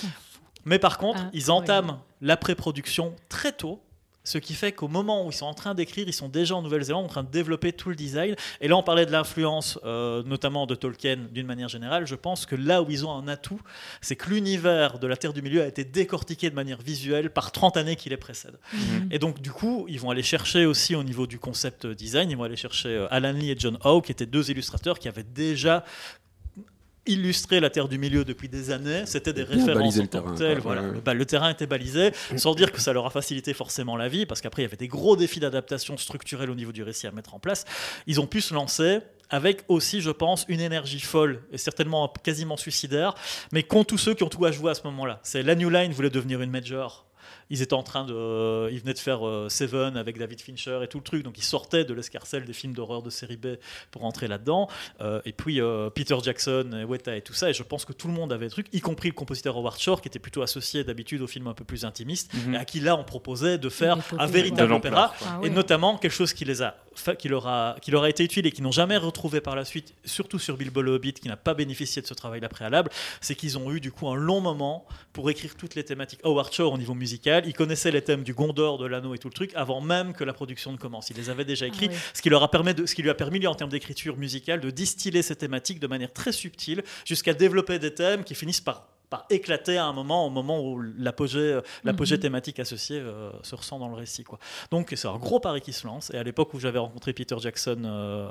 Mais par contre, ils entament la pré-production très tôt, ce qui fait qu'au moment où ils sont en train d'écrire, ils sont déjà en Nouvelle-Zélande en train de développer tout le design. Et là, on parlait de l'influence, notamment de Tolkien d'une manière générale. Je pense que là où ils ont un atout, c'est que l'univers de la Terre du Milieu a été décortiqué de manière visuelle par 30 années qui les précèdent. Et donc, du coup, ils vont aller chercher aussi au niveau du concept design, ils vont aller chercher Alan Lee et John Howe, qui étaient 2 illustrateurs qui avaient déjà illustrer la Terre du Milieu depuis des années, c'était des références en tant que telles. Voilà. Le terrain était balisé, sans dire que ça leur a facilité forcément la vie, parce qu'après il y avait des gros défis d'adaptation structurelle au niveau du récit à mettre en place. Ils ont pu se lancer avec aussi, je pense, une énergie folle et certainement quasiment suicidaire, mais qu'ont tous ceux qui ont tout à jouer à ce moment-là. C'est la New Line voulait devenir une major. Ils étaient ils venaient de faire Seven avec David Fincher et tout le truc, donc ils sortaient de l'escarcelle des films d'horreur de série B pour rentrer là-dedans. Et puis Peter Jackson, et Weta et tout ça, et je pense que tout le monde avait des trucs, y compris le compositeur Howard Shore, qui était plutôt associé d'habitude aux films un peu plus intimistes, et à qui là on proposait de faire un véritable opéra, et notamment quelque chose qui leur a été utile et qu'ils n'ont jamais retrouvé par la suite, surtout sur Bilbo le Hobbit, qui n'a pas bénéficié de ce travail-là préalable, c'est qu'ils ont eu du coup un long moment pour écrire toutes les thématiques. Howard Shore au niveau musical, il connaissait les thèmes du Gondor, de l'anneau et tout le truc avant même que la production ne commence. Il les avait déjà écrits, ce qui lui a permis lui, en termes d'écriture musicale de distiller ces thématiques de manière très subtile jusqu'à développer des thèmes qui finissent par éclater à un moment, au moment où l'apogée thématique associée se ressent dans le récit, quoi. Donc c'est un gros pari qui se lance. Et à l'époque où j'avais rencontré Peter Jackson,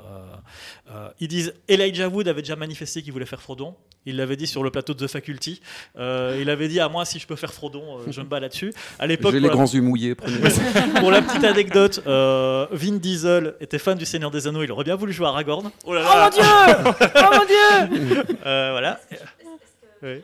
ils disent Elijah Wood avait déjà manifesté qu'il voulait faire Frodon. Il l'avait dit sur le plateau de The Faculty. Il avait dit à moi si je peux faire Frodon, je me bats là-dessus. À l'époque, j'ai les grands yeux mouillés. Pour la petite anecdote, Vin Diesel était fan du Seigneur des Anneaux. Il aurait bien voulu jouer à Aragorn. Oh mon Dieu, oh mon Dieu. Voilà. Oui.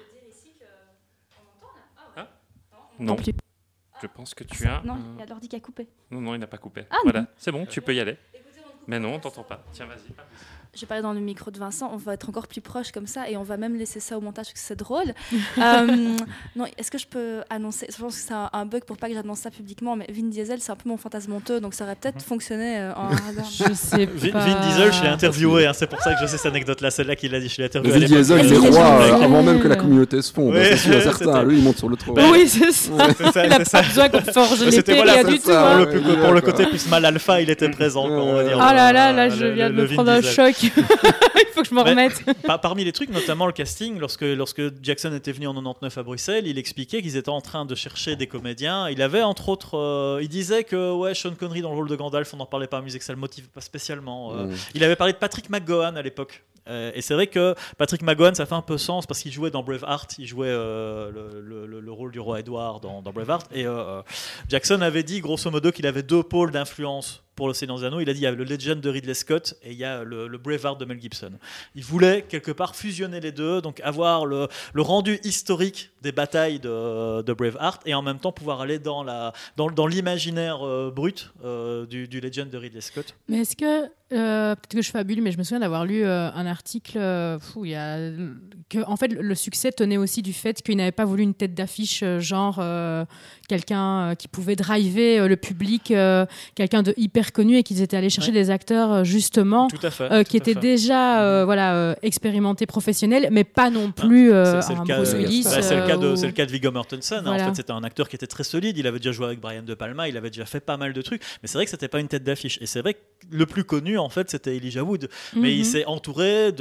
Non. Je pense que tu as. Non, il y a l'ordi qui a coupé. Non, il n'a pas coupé. Ah, voilà, non. c'est bon, tu peux y aller. Mais non, on t'entend pas. Tiens, vas-y. Je vais parler dans le micro de Vincent, on va être encore plus proche comme ça et on va même laisser ça au montage parce que c'est drôle. Non, est-ce que je peux annoncer, je pense que c'est un bug pour pas que j'annonce ça publiquement, mais Vin Diesel c'est un peu mon fantasme honteux, donc ça aurait peut-être fonctionné en Aragorn. Je sais pas. Vin Diesel, je l'ai interviewé, c'est pour ça que je sais cette anecdote-là, celle-là qu'il a dit, je l'ai interviewé. Vin Diesel, il est roi avant même que la communauté se fonde, c'est sûr, certain. Lui, il monte sur le trône. Oui, c'est ça. Il n'a pas besoin qu'on forge l'épée, rien du tout. Pour le côté plus mal alpha, il était présent, on va dire. Ah là, je viens de me prendre un choc. Il faut que je me remette. Parmi les trucs, notamment le casting, lorsque Jackson était venu en 99 à Bruxelles, il expliquait qu'ils étaient en train de chercher des comédiens. Il avait entre autres, il disait que Sean Connery dans le rôle de Gandalf, on n'en parlait pas à musique, que ça le motive pas spécialement. Il avait parlé de Patrick McGowan à l'époque. Et c'est vrai que Patrick McGowan, ça fait un peu sens parce qu'il jouait dans Braveheart, il jouait le rôle du roi Édouard dans Braveheart. Et Jackson avait dit grosso modo qu'il avait 2 pôles d'influence pour le Seigneur des Anneaux. Il a dit il y a le Legend de Ridley Scott et il y a le Braveheart de Mel Gibson. Il voulait quelque part fusionner les deux, donc avoir le rendu historique des batailles de Braveheart et en même temps pouvoir aller dans l'imaginaire brut du Legend de Ridley Scott. Mais est-ce que peut-être que je fabule, mais je me souviens d'avoir lu un article que en fait le succès tenait aussi du fait qu'il n'avait pas voulu une tête d'affiche genre quelqu'un qui pouvait driver le public, quelqu'un de hyper connu, et qu'ils étaient allés chercher des acteurs justement qui étaient déjà expérimentés, professionnels, mais pas non plus un Bruce Willis. C'est le cas de Viggo Mortensen. Voilà. En fait, c'était un acteur qui était très solide. Il avait déjà joué avec Brian De Palma. Il avait déjà fait pas mal de trucs. Mais c'est vrai que c'était pas une tête d'affiche. Et c'est vrai que le plus connu en fait, c'était Elijah Wood. Mais il s'est entouré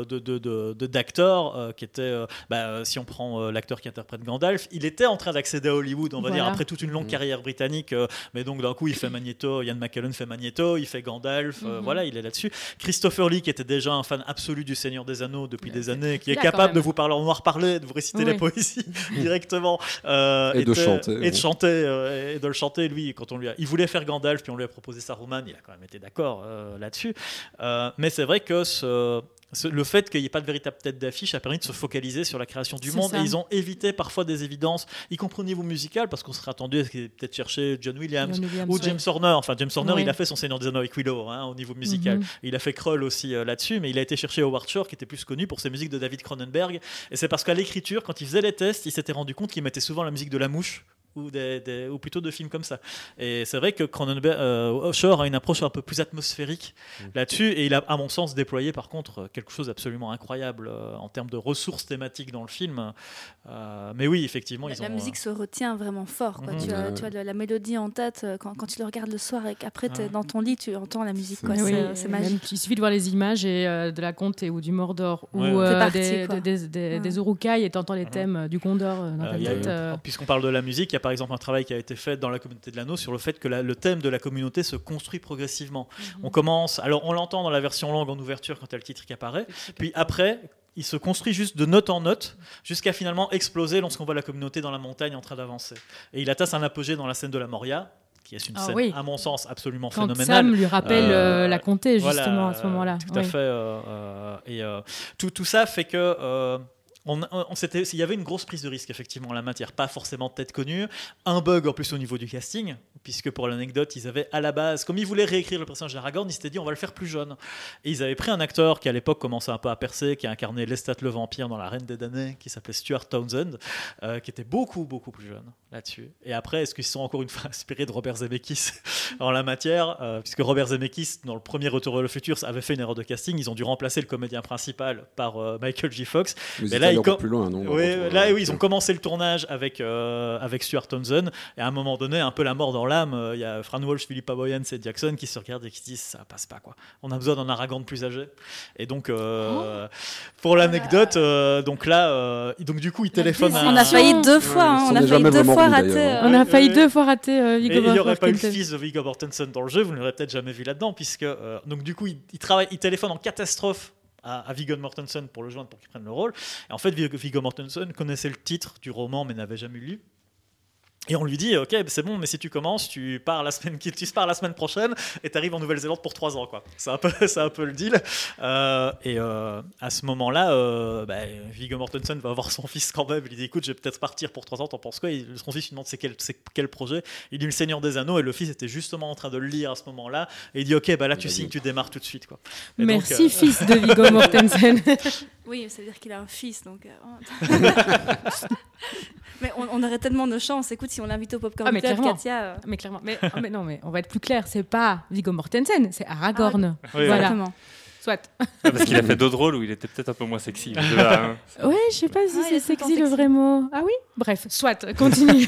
d'acteurs qui étaient. Si on prend l'acteur qui interprète Gandalf, il était en train d'accéder à Hollywood, on va dire, après toute une longue carrière britannique. Mais donc, d'un coup, il fait Magneto, Ian McKellen fait Magneto, il fait Gandalf, voilà, il est là-dessus. Christopher Lee, qui était déjà un fan absolu du Seigneur des Anneaux depuis des années, qui est capable de vous parler en noir parler, de vous réciter la poésie directement. Et de le chanter, lui, quand il voulait faire Gandalf, puis on lui a proposé Saruman, il a quand même été d'accord là-dessus. Mais c'est vrai que le fait qu'il n'y ait pas de véritable tête d'affiche a permis de se focaliser sur la création du monde, et ils ont évité parfois des évidences, y compris au niveau musical, parce qu'on serait attendu à ce qu'ils aient peut-être cherché John Williams ou James Horner. Enfin, James Horner, il a fait son Seigneur des Anneaux avec Willow, au niveau musical. Il a fait Krull aussi là-dessus, mais il a été chercher Howard Shore, qui était plus connu pour ses musiques de David Cronenberg. Et c'est parce qu'à l'écriture, quand il faisait les tests, il s'était rendu compte qu'il mettait souvent la musique de La Mouche, ou plutôt de films comme ça. Et c'est vrai que Shore a une approche un peu plus atmosphérique là-dessus, et il a, à mon sens, déployé par contre quelque chose d'absolument incroyable en termes de ressources thématiques dans le film. Mais oui, effectivement, la musique se retient vraiment fort, quoi. Tu as la mélodie en tête quand tu le regardes le soir, et qu'après dans ton lit tu entends la musique, quoi. C'est magique. Il suffit de voir les images de la Comté ou du Mordor ou des Uruk-hai, et t'entends les thèmes du Gondor dans ta tête. Puisqu'on parle de la musique, il y a par exemple un travail qui a été fait dans la communauté de l'anneau sur le fait que le thème de la communauté se construit progressivement. On commence, alors on l'entend dans la version longue en ouverture quand il y a le titre qui apparaît, puis après il se construit juste de note en note jusqu'à finalement exploser lorsqu'on voit la communauté dans la montagne en train d'avancer. Et il atteint un apogée dans la scène de la Moria, qui est une scène, à mon sens, absolument phénoménale. Sam lui rappelle la Comté, justement, à ce moment-là. Tout à fait. Tout ça fait que... il y avait une grosse prise de risque effectivement en la matière, pas forcément de tête connue, un bug en plus au niveau du casting, puisque pour l'anecdote ils avaient à la base, comme ils voulaient réécrire le personnage d'Aragorn, ils s'étaient dit on va le faire plus jeune, et ils avaient pris un acteur qui à l'époque commençait un peu à percer, qui a incarné Lestat le vampire dans La Reine des damnés, qui s'appelait Stuart Townsend, qui était beaucoup plus jeune là-dessus. Et après, est-ce qu'ils se sont encore une fois inspirés de Robert Zemeckis en la matière, puisque Robert Zemeckis dans le premier Retour vers le futur avait fait une erreur de casting, ils ont dû remplacer le comédien principal par Michael J. Fox. Mais là plus loin, non? Ils ont commencé le tournage avec Stuart Townsend, et à un moment donné, un peu la mort dans l'âme, il y a Fran Walsh, Philippa Boyens et Jackson qui se regardent et qui se disent ça passe pas, quoi. On a besoin d'un Aragorn plus âgé. Et donc pour l'anecdote, donc du coup ils téléphonent. On a failli deux fois, on a failli deux fois rater. On a failli deux fois rater Viggo Mortensen. Il n'y aurait pas eu le fils de Viggo Mortensen dans le jeu, vous ne l'aurez peut-être jamais vu là-dedans, puisque donc du coup il téléphone en catastrophe à Viggo Mortensen pour le joindre, pour qu'il prenne le rôle. Et en fait, Viggo Mortensen connaissait le titre du roman mais n'avait jamais lu. Et on lui dit ok, c'est bon, mais si tu commences, tu pars la semaine prochaine et tu arrives en Nouvelle-Zélande pour 3 ans, quoi. C'est un peu le deal. À ce moment-là, Viggo Mortensen va voir son fils quand même. Il lui dit écoute, je vais peut-être partir pour 3 ans, t'en penses quoi? Son fils lui demande c'est quel projet. Il dit Le Seigneur des Anneaux, et le fils était justement en train de le lire à ce moment-là. Et il dit ok, là tu signes, tu démarres tout de suite, quoi. Et merci, donc, fils de Viggo Mortensen. Oui, ça veut dire qu'il a un fils, donc. Mais on aurait tellement de chance. Écoute, si on l'invite au Popcorn Club, Katia. Mais clairement. Mais on va être plus clair. C'est pas Viggo Mortensen, c'est Aragorn. Oui, voilà. Exactement. Soit. Parce qu'il a fait d'autres rôles où il était peut-être un peu moins sexy. Ouais, je sais pas si c'est sexy le vrai mot. Ah oui. Bref, soit. Continue.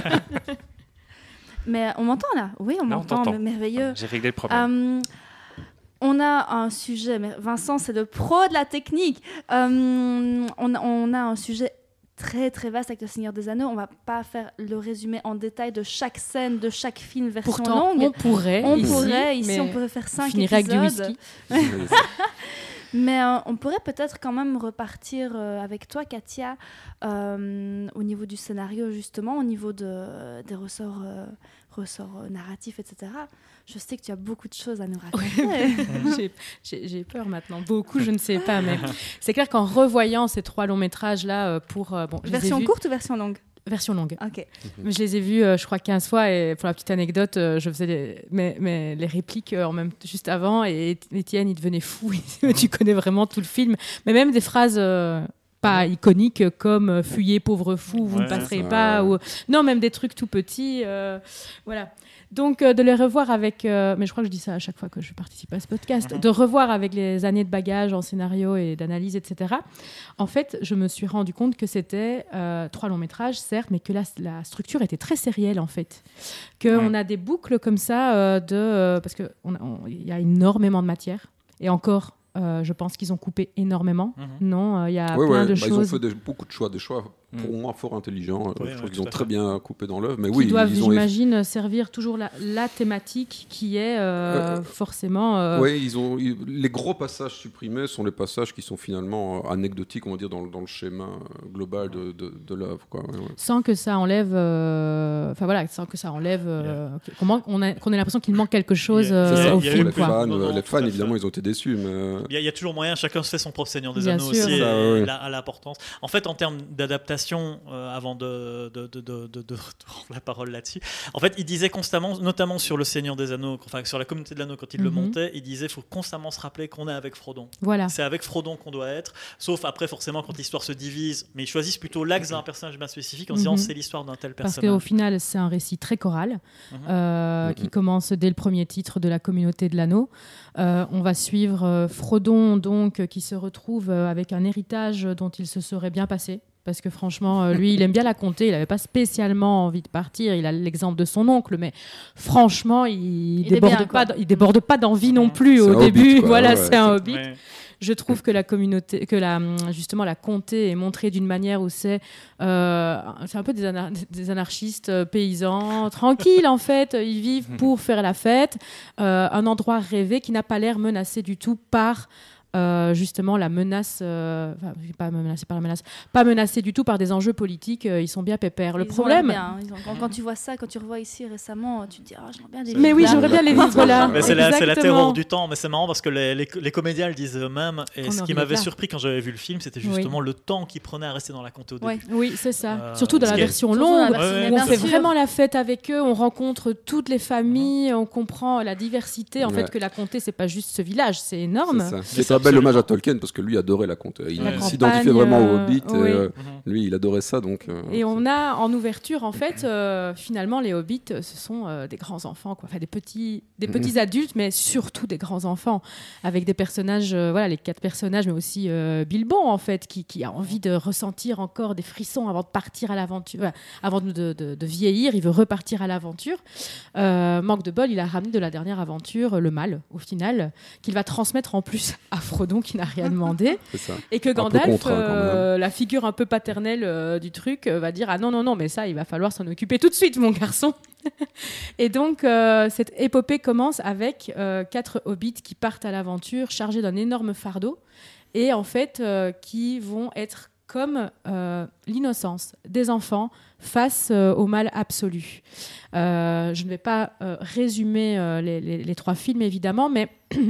Mais on m'entend là? Oui, on m'entend. Merveilleux. J'ai réglé le problème. On a un sujet, mais Vincent, c'est le pro de la technique. On a un sujet très très vaste avec Le Seigneur des Anneaux. On va pas faire le résumé en détail de chaque scène, de chaque film version Pourtant, longue. On pourrait ici, on pourrait faire 5 épisodes. Avec du whisky. Mais on pourrait peut-être quand même repartir avec toi, Katia, au niveau du scénario, justement, au niveau des ressorts narratifs, etc. Je sais que tu as beaucoup de choses à nous raconter. Ouais. J'ai peur maintenant. Beaucoup, je ne sais pas. Mais c'est clair qu'en revoyant ces 3 longs métrages-là, version courte ou version longue? Version longue. Ok. Mais je les ai vus, je crois, 15 fois. Et pour la petite anecdote, je faisais les répliques juste avant. Et Étienne, il devenait fou. Tu connais vraiment tout le film. Mais même des phrases pas iconiques comme « Fuyez, pauvre fou, vous ne passerez pas ». Non, même des trucs tout petits. Voilà. Donc, de les revoir avec... mais je crois que je dis ça à chaque fois que je participe à ce podcast. De revoir avec les années de bagage en scénario et d'analyse, etc. En fait, je me suis rendu compte que c'était 3 longs métrages, certes, mais que la structure était très sérielle, en fait. Qu'on a des boucles comme ça parce qu'il y a énormément de matière. Et encore... je pense qu'ils ont coupé énormément. Non, il y a plein de choses. Ils ont fait beaucoup de choix, des choix pour moi fort intelligents. Je trouve qu'ils ont très bien coupé dans l'œuvre. Mais qui doivent, j'imagine, servir toujours la thématique qui est forcément... Oui, les gros passages supprimés sont les passages qui sont finalement anecdotiques, on va dire, dans le schéma global de l'œuvre. Sans que ça enlève... sans que ça enlève... qu'on ait l'impression qu'il manque quelque chose au film. Les fans, évidemment, ils ont été déçus. Mais... Il y a toujours moyen, chacun se fait son propre Seigneur des Anneaux aussi, à l'importance. En fait, en termes d'adaptation, avant de prendre la parole là-dessus, en fait, il disait constamment, notamment sur le Seigneur des Anneaux, enfin sur la communauté de l'Anneau quand il le montait, il disait qu'il faut constamment se rappeler qu'on est avec Frodon. Voilà. C'est avec Frodon qu'on doit être, sauf après forcément quand l'histoire se divise, mais ils choisissent plutôt l'axe d'un personnage bien spécifique en disant c'est l'histoire d'un tel personnage. Parce qu'au final, c'est un récit très choral qui commence dès le premier titre de la communauté de l'Anneau. On va suivre Frodon, donc, qui se retrouve avec un héritage dont il se serait bien passé. Parce que franchement, lui, il aime bien la comté, il n'avait pas spécialement envie de partir. Il a l'exemple de son oncle, mais franchement, il déborde pas d'envie non plus au début. Hobbit, voilà, c'est un hobbit. Ouais. Je trouve que justement la comté est montrée d'une manière où c'est un peu des anarchistes paysans, tranquilles en fait. Ils vivent pour faire la fête. Un endroit rêvé qui n'a pas l'air menacé du tout par... justement la menace, pas menacé du tout par des enjeux politiques, ils sont bien pépères. Le problème, quand tu vois ça, quand tu revois ici récemment, tu te dis j'aimerais bien des mais oui, j'aimerais bien les vivre là. Mais c'est la terreur du temps, mais c'est marrant parce que les comédiens le disent eux-mêmes, et ce qui m'avait surpris quand j'avais vu le film, c'était justement le temps qu'ils prenaient à rester dans la comté au début. Oui, c'est ça. Surtout dans la version longue, où on fait vraiment la fête avec eux, on rencontre toutes les familles, on comprend la diversité en fait que la comté, c'est pas juste ce village, c'est énorme. C'est un bel hommage à Tolkien parce que lui adorait la comté. Il s'identifiait vraiment au Hobbit. Lui, il adorait ça. Donc, et on a en ouverture, en fait, finalement, les Hobbits, ce sont des grands enfants, quoi. Enfin, des petits adultes, mais surtout des grands enfants, avec des personnages, les 4 personnages, mais aussi Bilbon, en fait, qui a envie de ressentir encore des frissons avant de partir à l'aventure, avant de vieillir. Il veut repartir à l'aventure. Manque de bol, il a ramené de la dernière aventure le mal, au final, qu'il va transmettre en plus à Frodon, qui n'a rien demandé, et que Gandalf, la figure un peu paternelle du truc, va dire non, mais ça, il va falloir s'en occuper tout de suite, mon garçon. Et donc, cette épopée commence avec 4 hobbits qui partent à l'aventure chargés d'un énorme fardeau, et en fait, qui vont être comme l'innocence des enfants face au mal absolu. Je ne vais pas résumer les 3 films, évidemment, mais...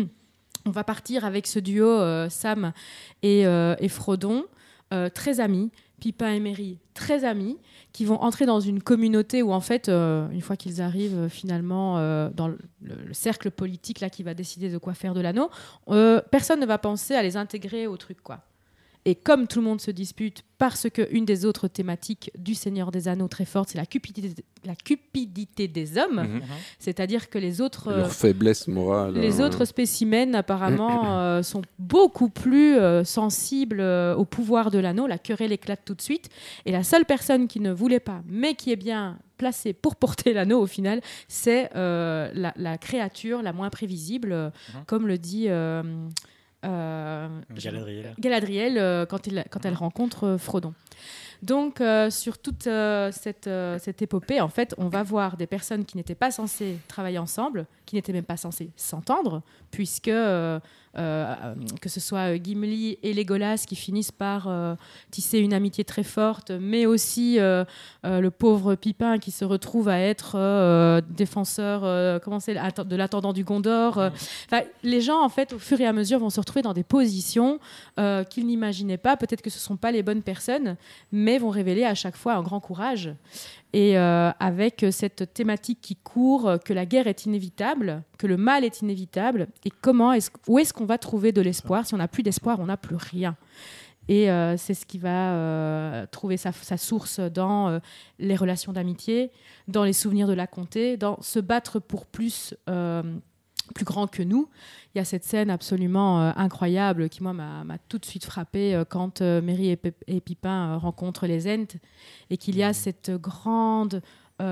On va partir avec ce duo Sam et Frodon, très amis, Pipin et Merry, très amis, qui vont entrer dans une communauté où en fait, une fois qu'ils arrivent finalement dans le cercle politique là qui va décider de quoi faire de l'anneau, personne ne va penser à les intégrer au truc, quoi. Et comme tout le monde se dispute, parce qu'une des autres thématiques du Seigneur des Anneaux très forte, c'est la cupidité des hommes, c'est-à-dire que les autres... leur faiblesse morale. Les autres spécimens, apparemment, sont beaucoup plus sensibles au pouvoir de l'anneau. La querelle éclate tout de suite. Et la seule personne qui ne voulait pas, mais qui est bien placée pour porter l'anneau, au final, c'est la créature la moins prévisible, comme le dit... Galadriel quand elle rencontre Frodon. Donc sur toute cette épopée, en fait, on va voir des personnes qui n'étaient pas censées travailler ensemble, qui n'étaient même pas censées s'entendre, puisque que ce soit Gimli et Legolas qui finissent par tisser une amitié très forte, mais aussi le pauvre Pipin qui se retrouve à être défenseur de l'intendant du Gondor. Les gens, en fait, au fur et à mesure, vont se retrouver dans des positions qu'ils n'imaginaient pas. Peut-être que ce ne sont pas les bonnes personnes, mais vont révéler à chaque fois un grand courage. Et avec cette thématique qui court, que la guerre est inévitable, que le mal est inévitable, et où est-ce qu'on va trouver de l'espoir? Si on n'a plus d'espoir, on n'a plus rien. Et c'est ce qui va trouver sa source dans les relations d'amitié, dans les souvenirs de la comté, dans se battre pour plus grand que nous. Il y a cette scène absolument incroyable qui, moi, m'a tout de suite frappée quand Merry et Pipin rencontrent les Ents et qu'il y a cette grande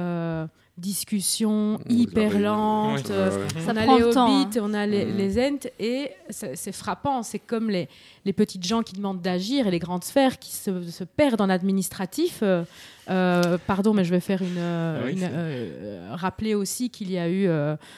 discussion hyper lente. Ça On a prend les le temps, hobbits, on a les Ents et c'est frappant. C'est comme les petites gens qui demandent d'agir et les grandes sphères qui se perdent en administratif. Pardon, mais je vais faire rappeler aussi qu'il y a eu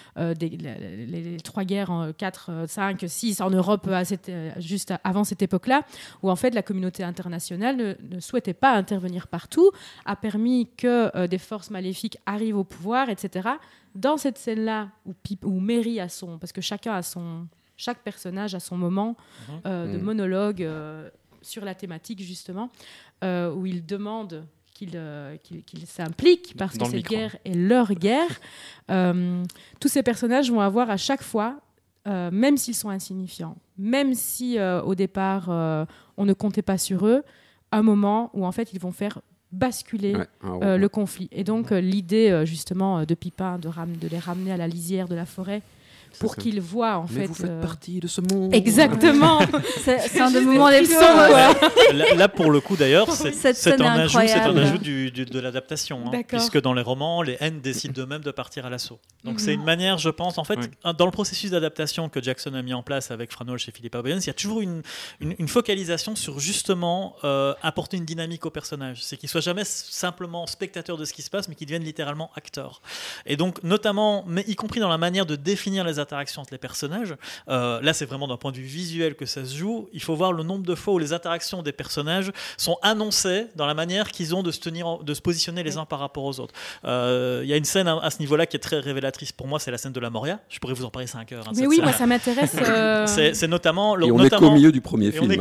les 3 guerres, 4, 5, 6 en Europe juste avant cette époque-là, où en fait la communauté internationale ne souhaitait pas intervenir partout, a permis que des forces maléfiques arrivent au pouvoir, etc. Dans cette scène-là, où Merry a parce que chaque personnage a son moment de monologue sur la thématique, justement, où il demande qu'il s'implique parce que cette guerre est leur guerre. Tous ces personnages vont avoir à chaque fois, même s'ils sont insignifiants, même si au départ on ne comptait pas sur eux, un moment où en fait ils vont faire basculer le conflit. Et donc l'idée justement de Pipin de les ramener à la lisière de la forêt pour qu'ils voient en fait. Vous faites partie de ce monde. Exactement. C'est un des moments les plus forts. Là, pour le coup, d'ailleurs, c'est un ajout de l'adaptation, hein, puisque dans les romans, les Ents décident d'eux-mêmes de partir à l'assaut. Donc c'est une manière, je pense, en fait, dans le processus d'adaptation que Jackson a mis en place avec Fran Walsh et Philippa Boyens, il y a toujours une focalisation sur justement apporter une dynamique au personnage. C'est qu'ils soient jamais simplement spectateurs de ce qui se passe, mais qu'ils deviennent littéralement acteurs. Et donc, notamment, mais y compris dans la manière de définir les interactions entre les personnages. Là, c'est vraiment d'un point de vue visuel que ça se joue. Il faut voir le nombre de fois où les interactions des personnages sont annoncées dans la manière qu'ils ont de se positionner les uns par rapport aux autres. Il y a une scène à ce niveau-là qui est très révélatrice pour moi, c'est la scène de la Moria. Je pourrais vous en parler 5 heures. Mais oui, moi ça m'intéresse. C'est notamment. Et on est qu'au milieu du premier film.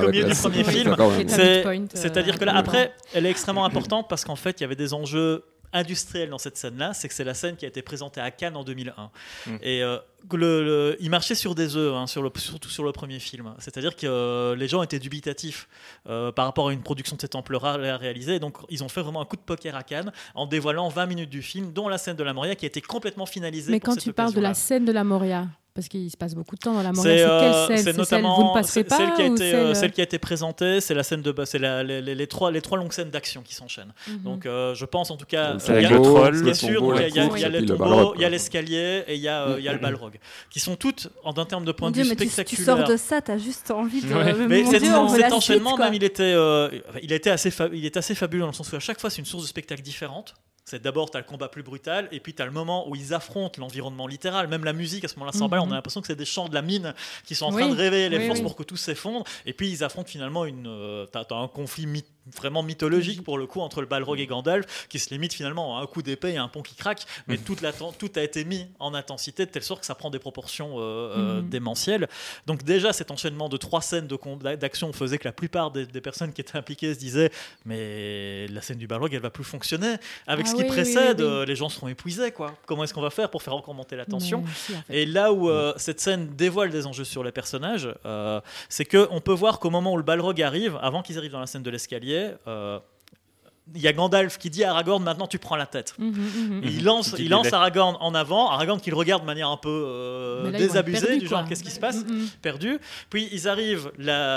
C'est-à-dire que là, après, elle est extrêmement importante parce qu'en fait, il y avait des enjeux industriel dans cette scène-là, c'est que c'est la scène qui a été présentée à Cannes en 2001. Et il marchait sur des œufs, hein, surtout sur le premier film. C'est-à-dire que les gens étaient dubitatifs par rapport à une production de cette ampleur-là réalisée. Donc, ils ont fait vraiment un coup de poker à Cannes en dévoilant 20 minutes du film, dont la scène de la Moria qui a été complètement finalisée. Mais quand tu parles de la scène de la Moria, parce qu'il se passe beaucoup de temps dans la Moria, c'est quelle scène? C'est notamment celle, vous ne passerez pas, celle qui a été présentée, c'est la scène les trois longues scènes d'action qui s'enchaînent. Donc je pense en tout cas, il y a le troll, bien sûr, il y a les tombeaux, il y a l'escalier et il y a le balrog, qui sont toutes en termes de point de vue spectaculaire. Tu sors de ça, t'as juste envie de. Mais cet enchaînement même, il était assez fabuleux dans le sens où à chaque fois c'est une source de spectacle différente. C'est d'abord, tu as le combat plus brutal, et puis tu as le moment où ils affrontent l'environnement littéral. Même la musique, à ce moment-là, s'emballe. On a l'impression que c'est des chants de la mine qui sont en train de réveiller les forces pour que tout s'effondre. Et puis, ils affrontent finalement t'as un conflit vraiment mythologique, pour le coup, entre le Balrog et Gandalf, qui se limite finalement à un coup d'épée et un pont qui craque. Mais tout a été mis en intensité, de telle sorte que ça prend des proportions démentielles. Donc déjà, cet enchaînement de 3 scènes d'action faisait que la plupart des personnes qui étaient impliquées se disaient « Mais la scène du Balrog, elle va plus fonctionner. Avec ce qui précède, les gens seront épuisés. Quoi. Comment est-ce qu'on va faire pour faire encore monter la tension ?» Et là où cette scène dévoile des enjeux sur les personnages, c'est qu'on peut voir qu'au moment où le Balrog arrive, avant qu'ils arrivent dans la scène de l'escalier, il y a Gandalf qui dit à Aragorn, maintenant tu prends la tête. Et il lance Aragorn en avant, Aragorn qui le regarde de manière un peu désabusée, du genre qu'est-ce qui se passe, perdu. Puis ils arrivent,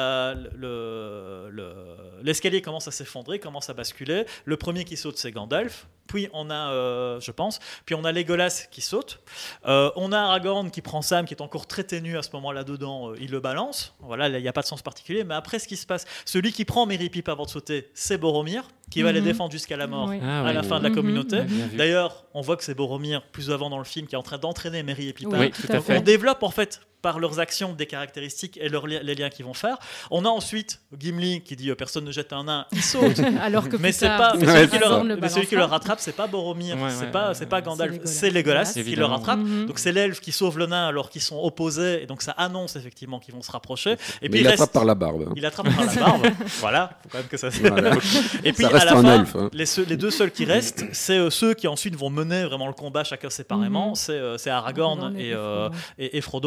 l'escalier commence à s'effondrer, commence à basculer. Le premier qui saute, c'est Gandalf. Puis on a, puis on a Legolas qui saute. On a Aragorn qui prend Sam, qui est encore très ténu à ce moment-là dedans. Il le balance. Voilà, il n'y a pas de sens particulier. Mais après, ce qui se passe, celui qui prend Merry et Pippa avant de sauter, c'est Boromir, qui va les défendre jusqu'à la mort à la fin de la communauté. D'ailleurs, on voit que c'est Boromir, plus avant dans le film, qui est en train d'entraîner Merry et Pippa. Donc on développe en fait par leurs actions des caractéristiques et les liens qu'ils vont faire. On a ensuite Gimli qui dit personne ne jette un nain, il saute. Alors que mais celui qui le rattrape, c'est pas Boromir, c'est pas Gandalf, c'est Legolas qui le rattrape. Donc c'est l'elfe qui sauve le nain alors qu'ils sont opposés, et donc ça annonce effectivement qu'ils vont se rapprocher. Et puis il attrape par la barbe. Il attrape par la barbe. Voilà, faut quand même que ça. Et puis à la fin, les deux seuls qui restent, c'est ceux qui ensuite vont mener vraiment le combat chacun séparément. C'est Aragorn et Frodon. Et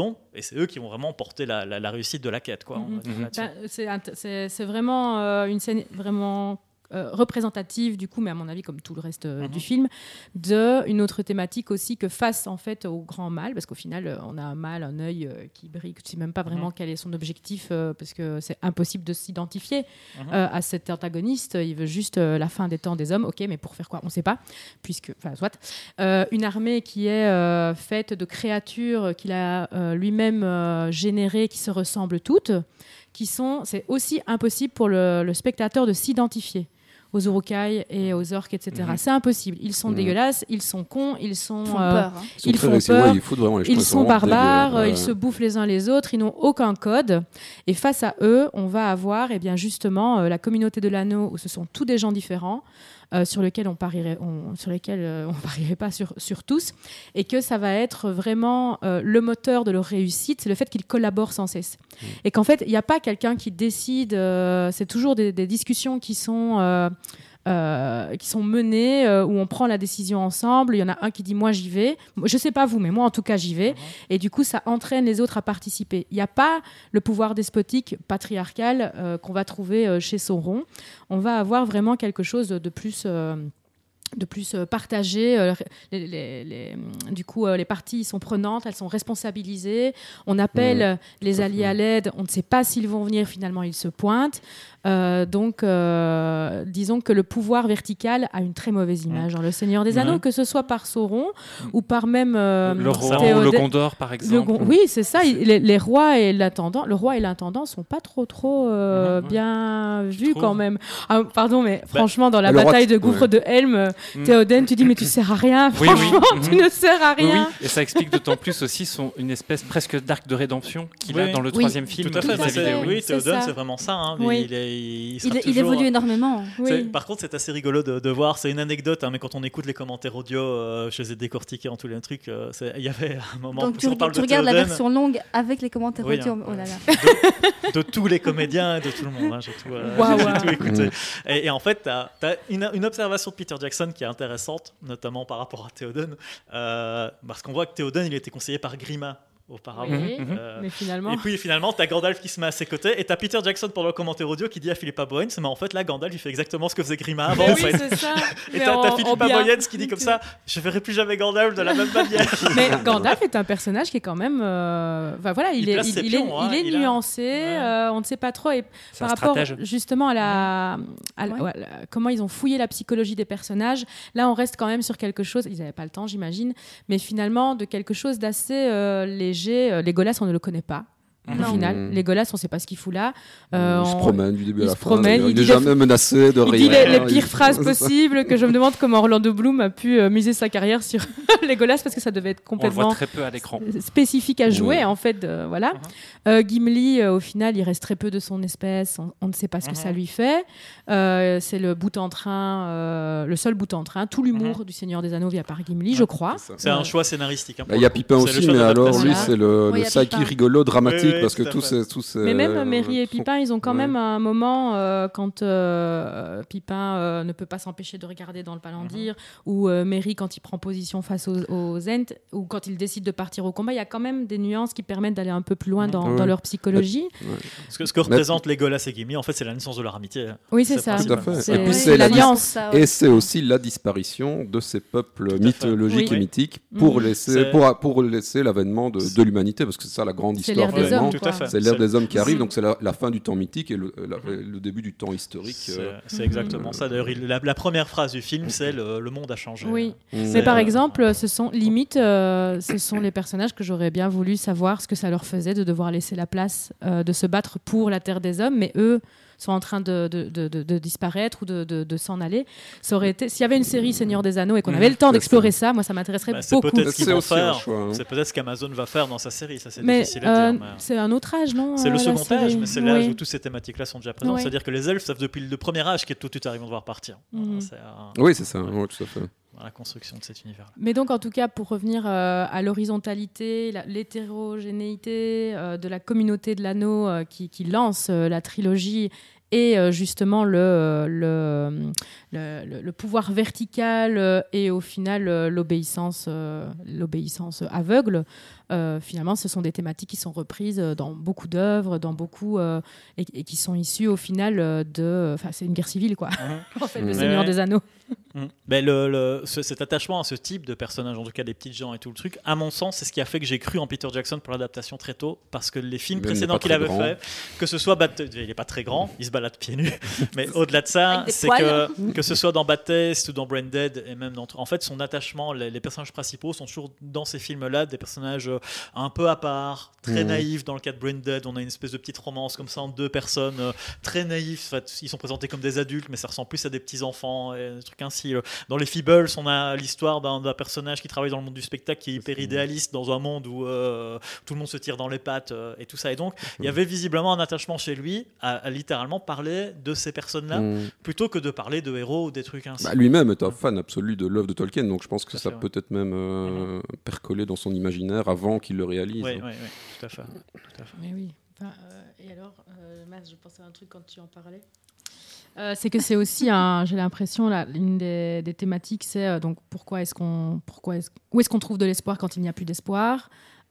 c'est eux qui vont vraiment porter la réussite de la quête, quoi. On va dire là-dessus. C'est vraiment une scène vraiment représentative du coup, mais à mon avis comme tout le reste du film, d'une autre thématique aussi que face en fait au grand mal, parce qu'au final on a un mal, un œil qui brille, je ne sais même pas vraiment quel est son objectif parce que c'est impossible de s'identifier à cet antagoniste. Il veut juste la fin des temps des hommes, ok, mais pour faire quoi on ne sait pas, puisque, enfin soit, une armée qui est faite de créatures qu'il a lui-même générées, qui se ressemblent toutes, c'est aussi impossible pour le spectateur de s'identifier aux Urukai et aux orques, etc. C'est impossible. Ils sont dégueulasses, ils sont cons, ils sont... Ils font peur. Ils font peur, ils sont barbares, ils se bouffent les uns les autres, ils n'ont aucun code. Et face à eux, on va avoir justement la communauté de l'anneau, où ce sont tous des gens différents, sur lesquels on parierait pas sur tous, et que ça va être vraiment le moteur de leur réussite, c'est le fait qu'ils collaborent sans cesse. Et qu'en fait, il n'y a pas quelqu'un qui décide, c'est toujours des discussions qui sont menées, où on prend la décision ensemble. Il y en a un qui dit « moi j'y vais ». Je ne sais pas vous, mais moi en tout cas j'y vais. Et du coup, ça entraîne les autres à participer. Il n'y a pas le pouvoir despotique patriarcal qu'on va trouver chez Sauron. On va avoir vraiment quelque chose de plus partagé. Du coup, les parties sont prenantes, elles sont responsabilisées. On appelle les alliés à l'aide. On ne sait pas s'ils vont venir. Finalement, ils se pointent. Donc, disons que le pouvoir vertical a une très mauvaise image dans Le Seigneur des Anneaux, que ce soit par Sauron ou par même le roi ou le Gondor, par exemple. Oui, c'est ça. Les rois et l'intendant, le roi et l'intendant sont pas trop bien vus quand même. Ah, pardon, mais franchement, dans la bataille de gouffre de Helm, Théoden, tu dis mais tu sers à rien. Franchement, tu ne sers à rien. Oui, et ça explique d'autant plus aussi une espèce presque d'arc de rédemption qu'il a dans le troisième film. Tout à fait. Oui, Théoden, c'est vraiment ça. Hein, il évolue énormément. Par contre, c'est assez rigolo de voir. C'est une anecdote, hein, mais quand on écoute les commentaires audio, je les ai décortiqués en tous les trucs. Il y avait un moment. Donc tu regardes la version longue avec les commentaires audio. Hein, oh là là. de tous les comédiens et de tout le monde. Hein, j'ai tout écouté. Et en fait, t'as une observation de Peter Jackson qui est intéressante, notamment par rapport à Théoden, parce qu'on voit que Théoden, il était conseillé par Grima auparavant. Mais finalement... Et puis finalement, t'as Gandalf qui se met à ses côtés, et t'as Peter Jackson pendant le commentaire audio qui dit à Philippa Boyens, mais en fait là, Gandalf il fait exactement ce que faisait Grima avant. Oui, c'est ça. Et t'as Philippa Boyens qui dit comme ça, je verrai plus jamais Gandalf de la même manière. Mais Gandalf est un personnage qui est quand même, voilà, il est nuancé. On ne sait pas trop. Et par rapport justement à comment ils ont fouillé la psychologie des personnages, là on reste quand même sur quelque chose. Ils n'avaient pas le temps, j'imagine, mais finalement de quelque chose d'assez léger. Legolas, on ne le connaît pas. Au final, Legolas, on ne sait pas ce qu'il fout là. Il se promène du début à la fin. Il n'est jamais menacé de rien. Il dit les pires phrases possibles, que je me demande comment Orlando Bloom a pu miser sa carrière sur Legolas, parce que ça devait être complètement on le voit très peu à l'écran. Spécifique à jouer, en fait. Voilà. Gimli, au final, il reste très peu de son espèce. On ne sait pas ce que ça lui fait. C'est le bout en train, le seul bout en train. Tout l'humour du Seigneur des Anneaux vient par Gimli, je crois. C'est un choix scénaristique. Il y a Pipin aussi, mais alors lui, c'est le sidekick rigolo, dramatique. Parce que tous ces mais même Merry et Pipin, ils ont quand même un moment quand Pipin ne peut pas s'empêcher de regarder dans le palantir, ou Merry quand il prend position face aux Ents, ou quand il décide de partir au combat, il y a quand même des nuances qui permettent d'aller un peu plus loin dans leur psychologie. Ce que représentent Legolas et Gimli, en fait, c'est la naissance de leur amitié. Oui, c'est ça. Tout à fait. Et puis c'est l'alliance. Et c'est aussi la disparition de ces peuples mythologiques et mythiques pour laisser l'avènement de l'humanité, parce que c'est ça la grande histoire. C'est l'ère des hommes qui arrive, donc c'est la fin du temps mythique et le début du temps historique. C'est exactement ça. D'ailleurs, la première phrase du film, c'est le monde a changé. Oui. Mais par exemple, ce sont les personnages que j'aurais bien voulu savoir ce que ça leur faisait de devoir laisser la place, de se battre pour la terre des hommes, mais eux sont en train de disparaître ou de s'en aller. Ça aurait été, s'il y avait une série Seigneur des Anneaux et qu'on avait le temps d'explorer ça, moi ça m'intéresserait beaucoup. Peut-être ce qu'ils vont faire. C'est peut-être ce qu'Amazon va faire dans sa série. Ça, c'est difficile à dire. C'est un autre âge, non? C'est le second âge, mais c'est l'âge où toutes ces thématiques-là sont déjà présentes. C'est-à-dire que les elfes savent depuis le premier âge qu'ils tout de suite arrivent à devoir partir. Oui, c'est ça. Oui, tout à fait. La construction de cet univers. Mais donc, en tout cas, pour revenir à l'horizontalité, l'hétérogénéité de la communauté de l'anneau qui lance la trilogie, et justement le pouvoir vertical et au final l'obéissance aveugle, finalement, ce sont des thématiques qui sont reprises dans beaucoup d'œuvres, et qui sont issues au final c'est une guerre civile, quoi. En fait, le Seigneur des Anneaux. Mais cet attachement à ce type de personnage, en tout cas des petites gens et tout le truc, à mon sens, c'est ce qui a fait que j'ai cru en Peter Jackson pour l'adaptation très tôt, parce que les films précédents qu'il avait fait, que ce soit il n'est pas très grand, il se balade pieds nus, mais au-delà de ça, c'est que ce soit dans Bad Taste ou dans Brain Dead, et même en fait, son attachement, les personnages principaux sont toujours dans ces films-là des personnages un peu à part, très naïfs. Dans le cas de Brain Dead, on a une espèce de petite romance comme ça entre deux personnes très naïfs. En fait, ils sont présentés comme des adultes, mais ça ressemble plus à des petits enfants, et des trucs ainsi. Dans les Feebles, on a l'histoire d'un personnage qui travaille dans le monde du spectacle, qui est hyper idéaliste dans un monde où tout le monde se tire dans les pattes et tout ça. Et donc, il y avait visiblement un attachement chez lui à littéralement parler de ces personnes-là, plutôt que de parler de héros ou des trucs ainsi. Lui-même est un fan absolu de l'œuvre de Tolkien, donc je pense que ça peut être même percolé dans son imaginaire avant qu'il le réalise. Oui, tout à fait. Mais oui. Et alors, je pensais à un truc quand tu en parlais. C'est que c'est aussi, j'ai l'impression, une des thématiques, c'est donc où est-ce qu'on trouve de l'espoir quand il n'y a plus d'espoir.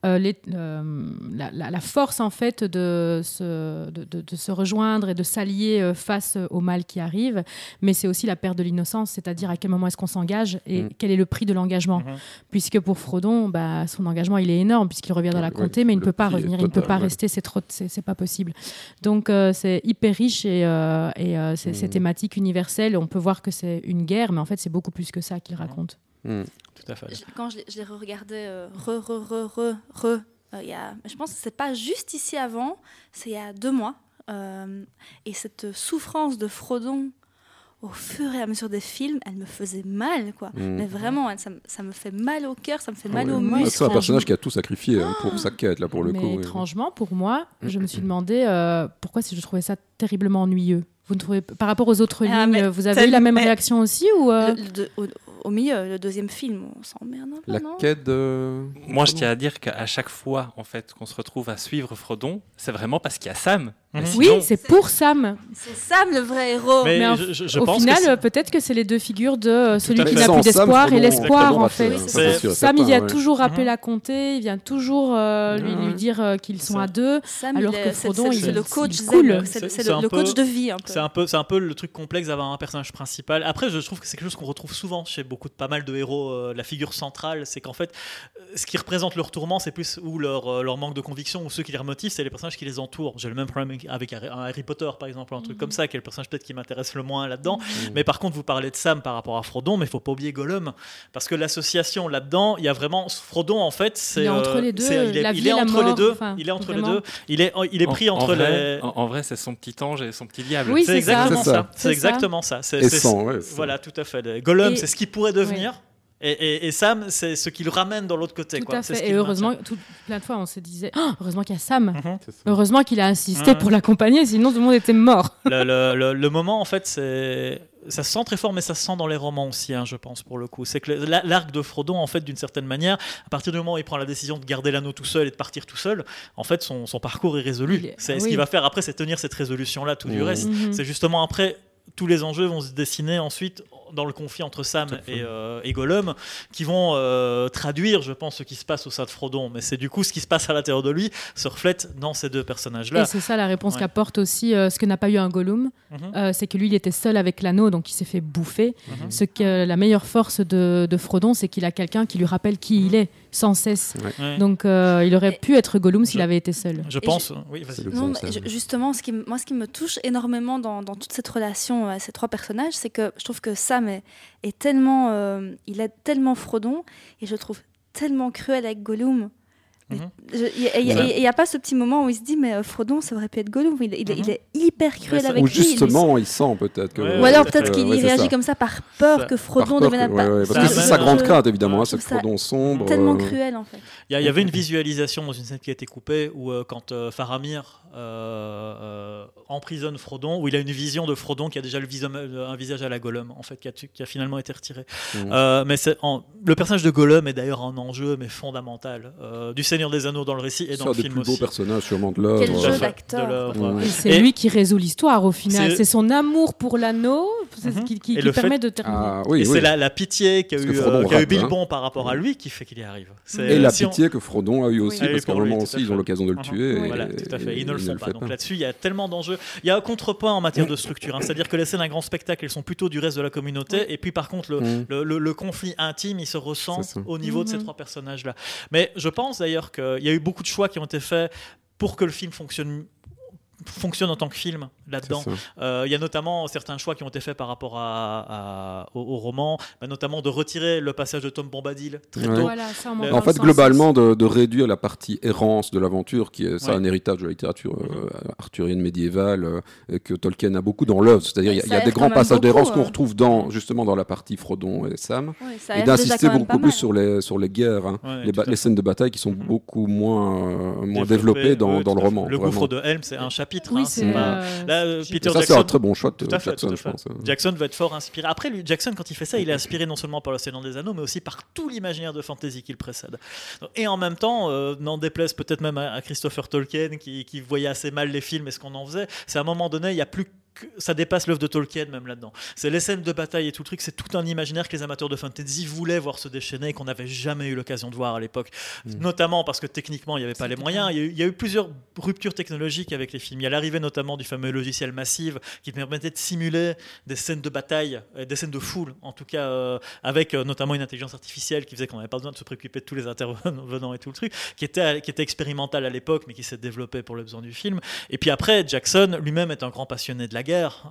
La force en fait de se rejoindre et de s'allier face au mal qui arrive, mais c'est aussi la perte de l'innocence, c'est-à-dire à quel moment est-ce qu'on s'engage et quel est le prix de l'engagement, puisque pour Frodon, son engagement il est énorme puisqu'il revient dans la comté, mais il ne peut pas revenir, il ne peut pas rester, c'est pas possible. Donc c'est hyper riche et ces thématiques universelles, on peut voir que c'est une guerre, mais en fait c'est beaucoup plus que ça qu'il raconte. Tout à fait. Quand je l'ai re-regardé, je pense que c'est pas juste ici avant, c'est il y a 2 mois. Et cette souffrance de Frodon, au fur et à mesure des films, elle me faisait mal, quoi. Mais vraiment, ça me fait mal au cœur, ça me fait mal aux muscles. C'est un personnage qui a tout sacrifié pour sa quête, là, pour le coup. Mais étrangement, pour moi, je me suis demandé pourquoi je trouvais ça terriblement ennuyeux. Vous ne trouvez, par rapport aux autres lignes, vous avez eu la même réaction aussi ou au milieu, le deuxième film, on s'emmerde un peu, la non ? quête de... Moi, je tiens à dire qu'à chaque fois en fait, qu'on se retrouve à suivre Frodon, c'est vraiment parce qu'il y a Sam. Oui, c'est pour Sam. C'est Sam le vrai héros. Mais au pense final, peut-être que c'est les deux figures de celui qui n'a Sans plus d'espoir Sam, et l'espoir, Frodon en fait. Sam, il vient toujours rappeler la comté, il vient toujours lui dire qu'ils sont à deux, Sam, alors que Frodon, c'est le coach cool. C'est le coach de vie, un peu. C'est un peu le truc complexe d'avoir un personnage principal. Après, je trouve que c'est quelque chose qu'on retrouve souvent chez pas mal de héros. La figure centrale, c'est qu'en fait, ce qui représente leur tourment, c'est plus ou leur manque de conviction, ou ceux qui les remotivent, c'est les personnages qui les entourent. J'ai le même problème avec Harry Potter, par exemple, un truc comme ça, qui est le personnage peut-être qui m'intéresse le moins là-dedans. Mais par contre, vous parlez de Sam par rapport à Frodon, mais il faut pas oublier Gollum, parce que l'association là-dedans, il y a vraiment Frodon, en fait, c'est il est entre les deux, il est entre les deux. Il est entre les deux. Il est pris entre les. En vrai, c'est son petit ange et son petit diable. Oui, c'est exactement ça. C'est ça. exactement ça. Voilà, tout à fait. Gollum, c'est ce qu'il pourrait devenir. Et Sam, c'est ce qui le ramène dans l'autre côté. Tout quoi. à fait. C'est et heureusement, plein de fois, on se disait heureusement qu'il y a Sam. Heureusement qu'il a insisté pour l'accompagner, sinon tout le monde était mort. Le moment, en fait, ça se sent très fort, mais ça se sent dans les romans aussi, je pense, pour le coup. C'est que l'arc de Frodon, en fait, d'une certaine manière, à partir du moment où il prend la décision de garder l'anneau tout seul et de partir tout seul, en fait, son parcours est résolu. Ce qu'il va faire après, c'est tenir cette résolution-là tout du reste. C'est justement après, tous les enjeux vont se dessiner ensuite dans le conflit entre Sam et Gollum, qui vont traduire, je pense, ce qui se passe au sein de Frodon. Mais c'est du coup ce qui se passe à l'intérieur de lui se reflète dans ces deux personnages-là. Et c'est ça la réponse qu'apporte aussi ce que n'a pas eu un Gollum, c'est que lui, il était seul avec l'anneau, donc il s'est fait bouffer. Ce que la meilleure force de Frodon, c'est qu'il a quelqu'un qui lui rappelle qui il est sans cesse. Donc il aurait pu être Gollum s'il avait été seul. Je pense. Oui, vas-y. Non, justement, ce qui me touche énormément dans toute cette relation à ces 3 personnages, c'est que je trouve que Sam est tellement, il est tellement Frodon, et je le trouve tellement cruel avec Gollum. Il n'y a pas ce petit moment où il se dit mais Frodon ça aurait pu être Gollum. Il est hyper cruel avec lui. Ou justement il sent peut-être que... ou alors peut-être qu'il réagit comme ça par peur que Frodon devienne parce que c'est sa grande crainte évidemment, c'est que Frodon sombre. Tellement cruel en fait. Il y avait une visualisation dans une scène qui a été coupée où quand Faramir emprisonne Frodon, où il a une vision de Frodon qui a déjà un visage à la Gollum en fait, qui a finalement été retiré. Mais le personnage de Gollum est d'ailleurs un enjeu mais fondamental du Seigneur des Anneaux dans le récit et dans le film aussi. C'est un des plus beaux personnages sûrement de l'œuvre. Quel jeu d'acteur. Et c'est lui qui résout l'histoire au final. C'est son amour pour l'anneau, c'est ce qui Et le permet fait- de terminer. Ah, oui, et oui. c'est la pitié qu'a Parce que eu, Frodon qu'a eu rate, Bilbon par rapport à lui qui fait qu'il y arrive. Et la si on- pitié que Frodon a eu aussi, Oui. parce qu'à un Pour lui, moment tout aussi, à ils ont fait. l'occasion de le tuer. et- Voilà, tout à fait. et Ils ne le font pas. fait Donc là-dessus, il y a tellement d'enjeux. Il y a un contrepoint en matière de structure. C'est-à-dire que les scènes à grand spectacle, elles sont plutôt du reste de la communauté. Et puis par contre, le conflit intime, il se ressent C'est ça. au niveau de ces trois personnages-là. Mais je pense d'ailleurs qu'il y a eu beaucoup de choix qui ont été faits pour que le film fonctionne en tant que film là-dedans. C'est ça. Il y a notamment certains choix qui ont été faits par rapport au roman, notamment de retirer le passage de Tom Bombadil très Ouais. tôt. Voilà, ça, on m'en En parle En fait, sans globalement, de réduire la partie errance de l'aventure, qui est ça Ouais. un héritage de la littérature arthurienne médiévale, que Tolkien a beaucoup dans l'œuvre. C'est-à-dire, il y Ça a aide des quand grands même passages d'errance beaucoup, qu'on retrouve justement dans la partie Frodon et Sam, Ouais, ça et aide déjà d'insister quand même beaucoup pas plus mal. sur les guerres, hein. Ouais, les, tout à les fait. scènes de bataille qui sont beaucoup moins développées dans tout le à fait. roman. Le vraiment. gouffre de Helm, c'est un chapitre. Oui, hein, c'est pas- Là, Peter Et ça, c'est Jackson. un très bon shot de Tout à fait, Jackson, tout à je fait. pense. Jackson va être fort inspiré. Après, lui, Jackson, quand il fait ça, il est inspiré non seulement par le Seigneur des Anneaux, mais aussi par tout l'imaginaire de fantasy qui le précède. Et en même temps, n'en déplaise peut-être même à Christopher Tolkien, qui voyait assez mal les films et ce qu'on en faisait, c'est à un moment donné, il y a plus ça dépasse l'œuvre de Tolkien même là-dedans. C'est les scènes de bataille et tout le truc, c'est tout un imaginaire que les amateurs de fantasy voulaient voir se déchaîner et qu'on n'avait jamais eu l'occasion de voir à l'époque. Notamment parce que techniquement, il n'y avait pas les moyens. Il y a eu plusieurs ruptures technologiques avec les films. Il y a l'arrivée notamment du fameux logiciel Massive qui permettait de simuler des scènes de bataille, des scènes de foule, en tout cas avec notamment une intelligence artificielle qui faisait qu'on n'avait pas besoin de se préoccuper de tous les intervenants et tout le truc, qui était expérimental à l'époque, mais qui s'est développé pour les besoins du film. Et puis après, Jackson lui-même est un grand passionné de la guerre.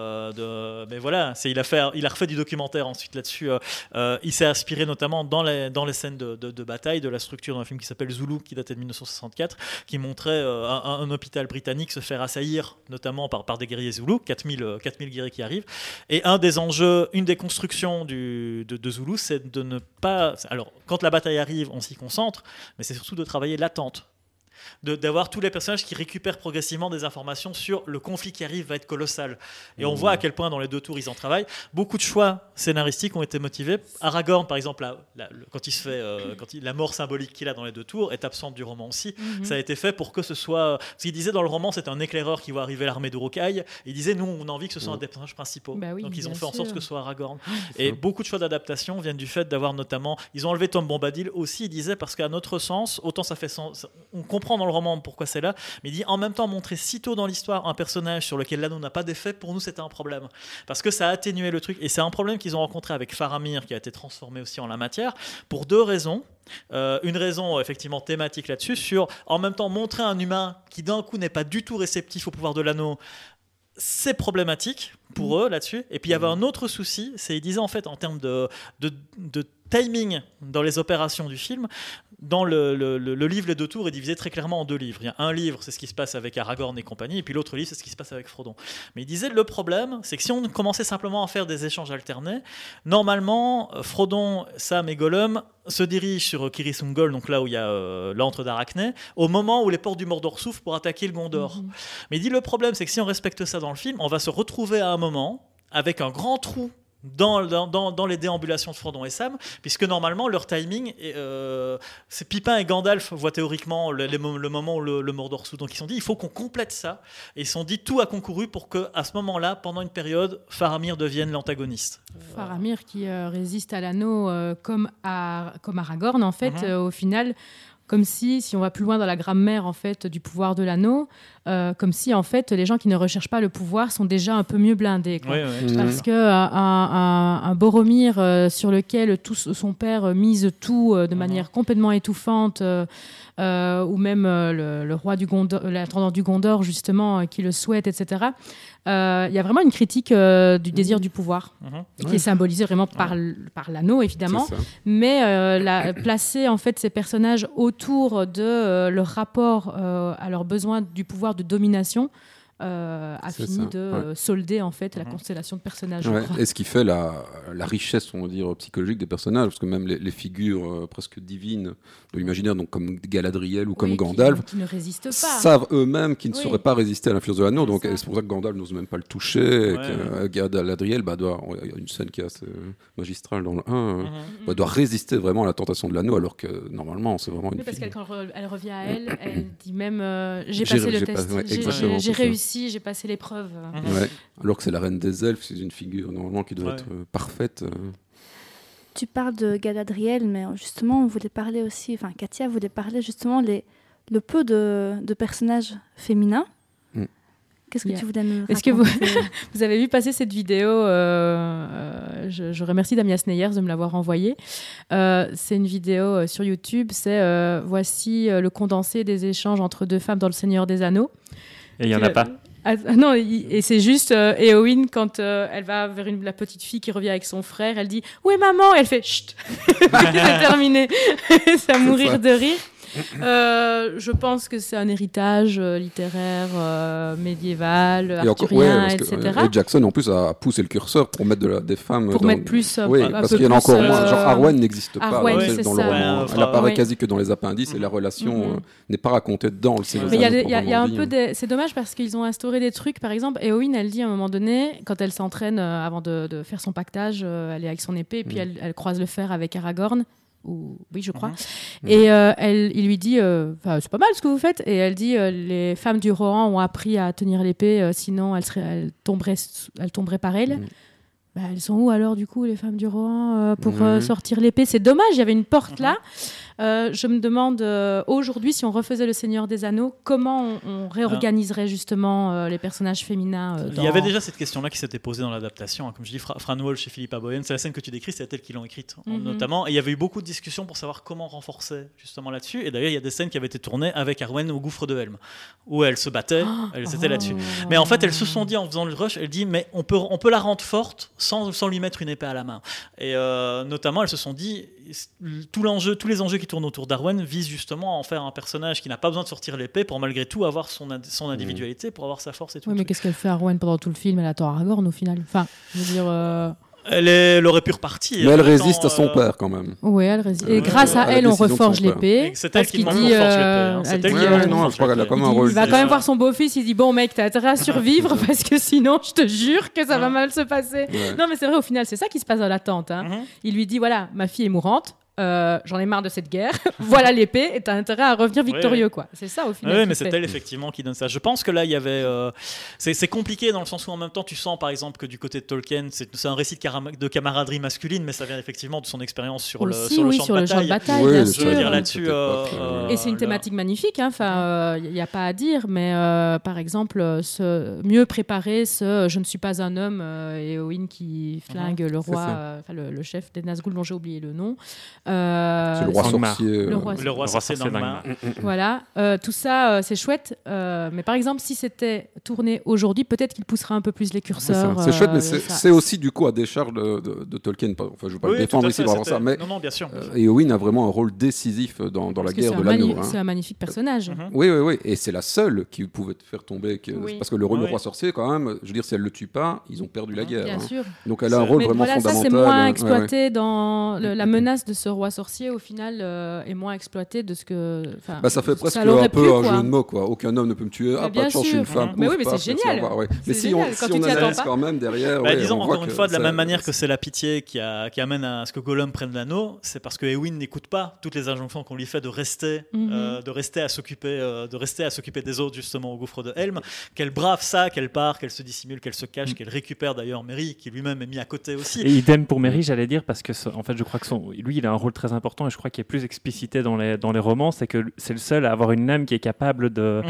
Mais voilà, il a refait du documentaire ensuite là-dessus. Il s'est inspiré notamment dans les scènes de bataille de la structure d'un film qui s'appelle Zulu, qui datait de 1964, qui montrait un hôpital britannique se faire assaillir notamment par des guerriers Zulu, 4000 guerriers qui arrivent. Et un des enjeux, une des constructions de Zulu, c'est de ne pas... Alors, quand la bataille arrive, on s'y concentre, mais c'est surtout de travailler l'attente. D'avoir tous les personnages qui récupèrent progressivement des informations sur le conflit qui arrive va être colossal. Et on voit à quel point dans les deux tours ils en travaillent. Beaucoup de choix scénaristiques ont été motivés. Aragorn, par exemple, quand il se fait, la mort symbolique qu'il a dans les deux tours est absente du roman aussi. Ça a été fait pour que ce soit... Parce qu'il disait dans le roman, c'est un éclaireur qui voit arriver l'armée d'Uruk-hai. Il disait, nous, on a envie que ce soit un des personnages principaux. Bah oui, donc ils ont bien fait en sorte sûr. que ce soit Aragorn. Et beaucoup de choix d'adaptation viennent du fait d'avoir notamment... Ils ont enlevé Tom Bombadil aussi, il disait, parce qu'à notre sens, autant ça fait sens... On comprend dans le roman pourquoi c'est là, mais il dit en même temps montrer si tôt dans l'histoire un personnage sur lequel l'anneau n'a pas d'effet, pour nous c'était un problème parce que ça a atténué le truc, et c'est un problème qu'ils ont rencontré avec Faramir qui a été transformé aussi en la matière pour deux raisons. Une raison effectivement thématique là-dessus, sur en même temps montrer un humain qui d'un coup n'est pas du tout réceptif au pouvoir de l'anneau, c'est problématique pour eux là-dessus. Et puis il y avait un autre souci, c'est ils disaient en fait en termes de timing dans les opérations du film, dans le livre Les Deux Tours est divisé très clairement en deux livres. Il y a un livre, c'est ce qui se passe avec Aragorn et compagnie, et puis l'autre livre, c'est ce qui se passe avec Frodon. Mais il disait le problème, c'est que si on commençait simplement à faire des échanges alternés, normalement, Frodon, Sam et Gollum se dirigent sur Kiris Ungol, donc là où il y a l'antre d'Arachné, au moment où les portes du Mordor s'ouvrent pour attaquer le Gondor. Mais il dit le problème, c'est que si on respecte ça dans le film, on va se retrouver à un moment avec un grand trou dans les déambulations de Frodon et Sam, puisque normalement leur timing c'est Pipin et Gandalf voient théoriquement le moment où le Mordor s'ouvre, donc ils se sont dit il faut qu'on complète ça, et ils se sont dit tout a concouru pour que à ce moment-là, pendant une période, Faramir devienne l'antagoniste. Faramir qui résiste à l'anneau comme Aragorn en fait, au final, comme si on va plus loin dans la grammaire en fait du pouvoir de l'anneau, comme si en fait les gens qui ne recherchent pas le pouvoir sont déjà un peu mieux blindés, quoi. Parce que un Boromir sur lequel son père mise tout de manière complètement étouffante, ou même le roi du Gondor, l'intendant du Gondor justement, qui le souhaite, etc. Il y a vraiment une critique du désir du pouvoir, qui est symbolisé vraiment par l'anneau évidemment, mais placer en fait ces personnages autour de leur rapport à leurs besoins du pouvoir de domination a fini de solder en fait la constellation de personnages. Et ce qui fait la richesse, on va dire, psychologique des personnages, parce que même les figures presque divines de l'imaginaire, donc comme Galadriel ou comme Gandalf, qui ne résistent pas, savent eux-mêmes qu'ils ne sauraient pas résister à l'influence de l'anneau. Donc c'est pour ça que Gandalf n'ose même pas le toucher, et que Galadriel, il y a une scène qui est assez magistrale dans le 1, doit résister vraiment à la tentation de l'anneau, alors que normalement c'est vraiment une parce fille. qu'elle, quand elle revient à elle dit même j'ai passé le test, j'ai réussi. réussi, j'ai passé l'épreuve. Ouais. Alors que c'est la reine des elfes, c'est une figure normalement qui doit être parfaite. Tu parles de Galadriel, mais justement, on voulait parler aussi, enfin, Katia voulait parler justement le peu de personnages féminins. Qu'est-ce que tu voulais nous raconter? Est-ce que vous avez vu passer cette vidéo je remercie Damia Sneyers de me l'avoir envoyée. C'est une vidéo sur YouTube. C'est voici le condensé des échanges entre deux femmes dans Le Seigneur des Anneaux. Et il n'y en a pas. Non, et c'est juste Éowyn, quand elle va vers la petite fille qui revient avec son frère, elle dit « Où est maman ?» Et elle fait « Chut !» C'est terminé. Ça mourir de rire. Je pense que c'est un héritage littéraire médiéval, arthurien, etc. Et Jackson en plus a poussé le curseur pour mettre des femmes pour mettre plus parce qu'il y en a encore moins. Genre Arwen n'existe pas Arwen, dans le roman. Elle apparaît quasi que dans les appendices et la relation n'est pas racontée dans le Seigneur des Anneaux. Mais il y a un peu c'est dommage parce qu'ils ont instauré des trucs. Par exemple, Éowyn, elle dit à un moment donné, quand elle s'entraîne avant de faire son pactage, elle est avec son épée et puis elle croise le fer avec Aragorn. Oui, je crois. Et il lui dit c'est pas mal ce que vous faites. Et elle dit les femmes du Rohan ont appris à tenir l'épée, sinon elles tomberaient par elles. Elles sont où alors du coup les femmes du Rohan pour sortir l'épée? C'est dommage, il y avait une porte là. Je me demande aujourd'hui, si on refaisait Le Seigneur des Anneaux, comment on réorganiserait justement les personnages féminins Il y avait déjà cette question-là qui s'était posée dans l'adaptation. Comme je dis, Fran Walsh et Philippa Boyens, c'est la scène que tu décris, c'est elles qui l'ont écrite notamment. Et il y avait eu beaucoup de discussions pour savoir comment renforcer justement là-dessus. Et d'ailleurs, il y a des scènes qui avaient été tournées avec Arwen au gouffre de Helm, où elles se battaient, elles étaient là-dessus. Mais en fait, elles se sont dit en faisant le rush, elles disent mais on peut la rendre forte sans lui mettre une épée à la main. Et notamment, elles se sont dit tous les enjeux qui tournent autour d'Arwen visent justement à en faire un personnage qui n'a pas besoin de sortir l'épée pour malgré tout avoir son individualité, pour avoir sa force et tout. Oui, mais qu'est-ce qu'elle fait Arwen pendant tout le film? Elle attend Aragorn au final. Enfin, je veux dire. Elle aurait pu repartir. Mais elle résiste à son père quand même. Oui, elle résiste. Et grâce à elle, on reforge l'épée. C'est elle qui reforge l'épée. C'est elle qui non, je crois qu'elle a comme un rôle. Il va quand même voir son beau-fils. Il dit bon mec, t'as intérêt à survivre parce que sinon, je te jure que ça va mal se passer. Non, mais c'est vrai. Au final, c'est ça qui se passe dans la tente. Il lui dit voilà, ma fille est mourante. J'en ai marre de cette guerre. Voilà l'épée et t'as intérêt à revenir victorieux, quoi. C'est ça au final. Oui, mais c'est elle effectivement qui donne ça. Je pense que là, il y avait. C'est compliqué dans le sens où en même temps, tu sens par exemple que du côté de Tolkien, c'est un récit de camaraderie masculine, mais ça vient effectivement de son expérience sur le champ de bataille. Bien sûr. Je veux dire là-dessus. Et c'est une thématique magnifique. Enfin, il n'y a pas à dire, mais par exemple, mieux préparer je ne suis pas un homme et Éowyn qui flingue le roi, le chef des Nazgûl dont j'ai oublié le nom. C'est le roi sorcier. Le roi sorcier d'Angmar. Voilà, tout ça, c'est chouette. Mais par exemple, si c'était tourné aujourd'hui, peut-être qu'il poussera un peu plus les curseurs. C'est chouette, mais c'est aussi du coup à décharge de Tolkien. Enfin, je ne veux pas le défendre ici pour avoir ça, mais non, bien sûr. Éowyn a vraiment un rôle décisif dans la guerre de l'anneau. C'est un magnifique personnage. Oui, et c'est la seule qui pouvait te faire tomber. Parce que le rôle de roi sorcier, quand même, je veux dire, si elle le tue pas, ils ont perdu la guerre. Bien sûr. Donc elle a un rôle vraiment fondamental. Ça, c'est moins exploité dans la menace de ce roi sorcier au final est moins exploité de ce que ça fait presque un peu un jeu de mots quoi. Aucun homme ne peut me tuer, pas de chance, je suis une femme. Mais oui, mais c'est génial. Mais si on analyse quand même derrière, disons encore une fois de la même manière que c'est la pitié qui amène à ce que Gollum prenne l'anneau, c'est parce que Éowyn n'écoute pas toutes les injonctions qu'on lui fait de rester à s'occuper des autres justement au gouffre de Helm, qu'elle brave ça, qu'elle part, qu'elle se dissimule, qu'elle se cache, qu'elle récupère d'ailleurs Merry qui lui-même est mis à côté aussi. Et idem pour Merry, j'allais dire, parce que en fait je crois que lui il a un rôle très important et je crois qu'il est plus explicité dans les romans, c'est que c'est le seul à avoir une âme qui est capable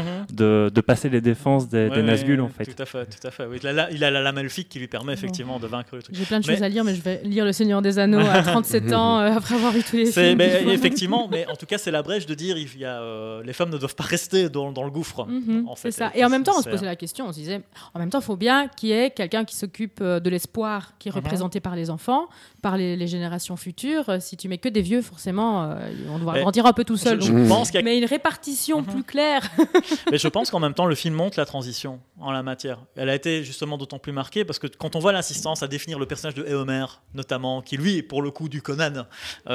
de passer les défenses des Nazgûl en fait. Tout à fait. Oui. Il a la lame elfique qui lui permet effectivement de vaincre le truc. J'ai plein de choses à lire, mais je vais lire Le Seigneur des Anneaux à 37 ans après avoir vu tous les films. Effectivement, mais en tout cas c'est la brèche de dire les femmes ne doivent pas rester dans le gouffre. En fait. C'est ça. Et en même temps, on se posait la question, on se disait, en même temps, il faut bien qu'il y ait quelqu'un qui s'occupe de l'espoir qui est représenté par les enfants, par les générations futures. Si tu mets que des vieux, forcément, on doit grandir un peu tout seul. Je pense qu'il y a... Mais une répartition plus claire. Mais je pense qu'en même temps, le film montre la transition en la matière. Elle a été justement d'autant plus marquée parce que quand on voit l'insistance à définir le personnage de Éomer, notamment, qui lui, pour le coup, du Conan,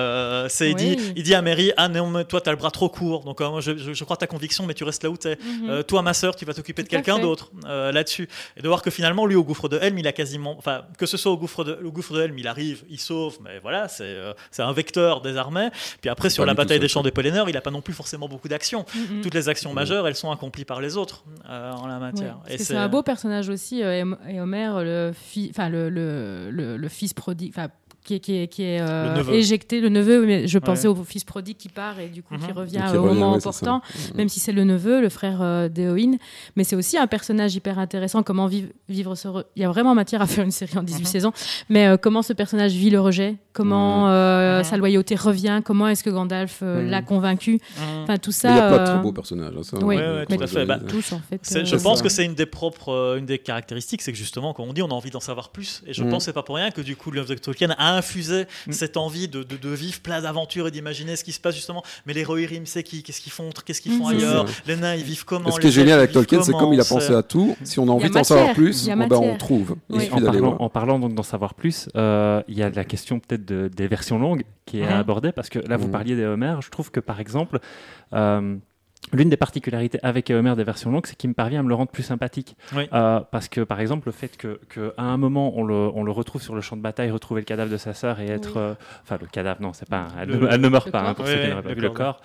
il dit à Merry, ah non, toi, t'as le bras trop court, donc je crois ta conviction, mais tu restes là où t'es. Toi, ma sœur, tu vas t'occuper de quelqu'un d'autre là-dessus. Et de voir que finalement, lui, au gouffre de Helm, il a quasiment, enfin, que ce soit au gouffre de Helm, il arrive, il sauve, mais voilà, c'est un vecteur sauveteur des armées. Puis après, sur Pas la du tout bataille des ça. champs des Polyneurs, il n'a pas non plus forcément beaucoup d'actions. Toutes les actions majeures, elles sont accomplies par les autres en la matière. Parce que c'est un beau personnage aussi, et Homer, le fils prodigue, qui est Le neveu. éjecté, le neveu, mais je pensais au fils prodigue qui part et du coup qui revient au moment opportun, même si c'est le neveu, le frère d'Eowyn. Mais c'est aussi un personnage hyper intéressant, comment vivre ce... Il y a vraiment matière à faire une série en 18 saisons, mais comment ce personnage vit le rejet, comment sa loyauté revient, comment est-ce que Gandalf l'a convaincu, enfin tout ça... Mais il n'y a pas de trop beau personnage. Hein, ça, oui, tout à fait. tous en fait. Je pense que c'est une des caractéristiques, c'est que justement, comme on dit, on a envie d'en savoir plus. Et je pense que c'est pas pour rien que du coup, l'œuvre de Tolkien a infusé cette envie de vivre plein d'aventures et d'imaginer ce qui se passe justement. Mais les Rohirrim, c'est qui ? Qu'est-ce qu'ils font ailleurs ? Les nains, ils vivent comment ? Ce qui est génial avec Tolkien, c'est comme il a pensé à tout. Si on a envie d'en savoir plus, on trouve. En parlant donc d'en savoir plus, il y a la question peut-être des versions longues qui est abordée, parce que là, vous parliez des Homer. Je trouve que par exemple, l'une des particularités avec Homer des versions longues, c'est qu'il me parvient à me le rendre plus sympathique. Oui. Parce que, par exemple, le fait qu'à un moment, on le retrouve sur le champ de bataille, retrouver le cadavre de sa sœur et être... Enfin, le cadavre, non, c'est pas... Elle ne meurt pas, pour ceux qui n'auraient pas vu le corps.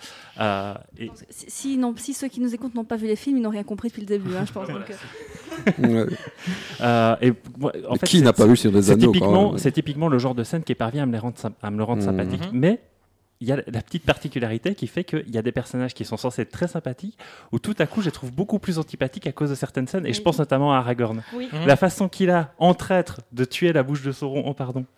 Si ceux qui nous écoutent n'ont pas vu les films, ils n'ont rien compris depuis le début, je pense. Qui n'a pas vu Seigneur des Anneaux ? C'est typiquement le genre de scène qui parvient à me le rendre sympathique. Mais il y a la petite particularité qui fait qu'il y a des personnages qui sont censés être très sympathiques, où tout à coup, je les trouve beaucoup plus antipathiques à cause de certaines scènes, et je pense notamment à Aragorn. Oui. La façon qu'il a, en traître, de tuer la bouche de Sauron,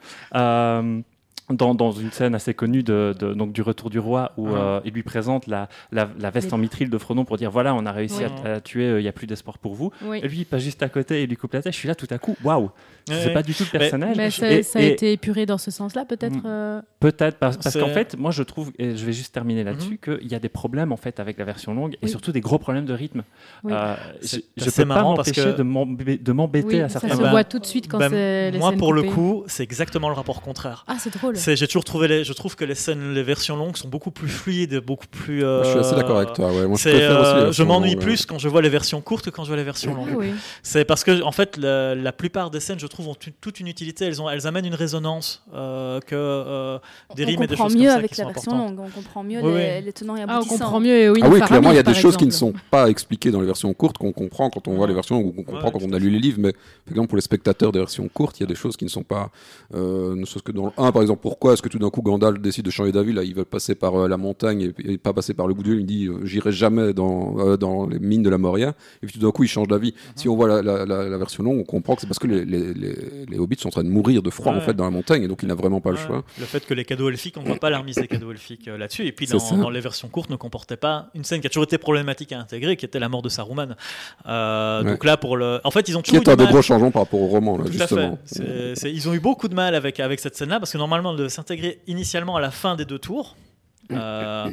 dans une scène assez connue donc du Retour du Roi, où il lui présente la veste en mithril de Frodon pour dire voilà, on a réussi à tuer, il n'y a plus d'espoir pour vous. Oui. Et lui, il passe juste à côté et il lui coupe la tête. Je suis là tout à coup, waouh, c'est pas du tout le personnage. Mais ça a été épuré dans ce sens-là, peut-être. Peut-être parce qu'en fait, moi je trouve, et je vais juste terminer là-dessus, qu'il y a des problèmes en fait avec la version longue et surtout des gros problèmes de rythme. Oui. Je peux pas m'empêcher de m'embêter à certains moments. Ça se voit tout de suite quand c'est les moi, scènes pour coupées. le coup, c'est exactement le rapport contraire. Ah, c'est drôle. J'ai toujours trouvé je trouve que les versions longues sont beaucoup plus fluides, beaucoup plus. Je suis assez d'accord avec toi. Ouais. Moi, je m'ennuie plus quand je vois les versions courtes que quand je vois les versions longues. Oui. C'est parce que en fait, la plupart des scènes, je trouve, ont toute une utilité. Elles amènent une résonance que des rimes et des choses comme ça. On comprend mieux avec la version longue. On comprend mieux les tenants et aboutissants. On comprend mieux. Oui, clairement, il y a des choses qui ne sont pas expliquées dans les versions courtes qu'on comprend quand on voit les versions longues ou qu'on comprend quand on a lu les livres. Mais par exemple, pour les spectateurs des versions courtes, il y a des choses qui ne sont pas. Ne serait-ce que dans le 1, par exemple, pourquoi est-ce que tout d'un coup Gandalf décide de changer d'avis, là il veut passer par la montagne et pas passer par le bout de l'île, il dit j'irai jamais dans les mines de la Moria, et puis tout d'un coup il change d'avis. Si on voit la version longue, on comprend que c'est parce que les hobbits sont en train de mourir de froid en fait dans la montagne, et donc il n'a vraiment pas le choix. Le fait que les cadeaux elfiques, on ne voit pas la remise des cadeaux elfiques là-dessus, et puis dans les versions courtes ne comportait pas une scène qui a toujours été problématique à intégrer, qui était la mort de Saruman. Donc là en fait ils ont toujours qui est un des gros changements par rapport au roman là, justement. Ils ont eu beaucoup de mal avec cette scène là, parce que normalement elle devait s'intégrer initialement à la fin des 2 tours. Dans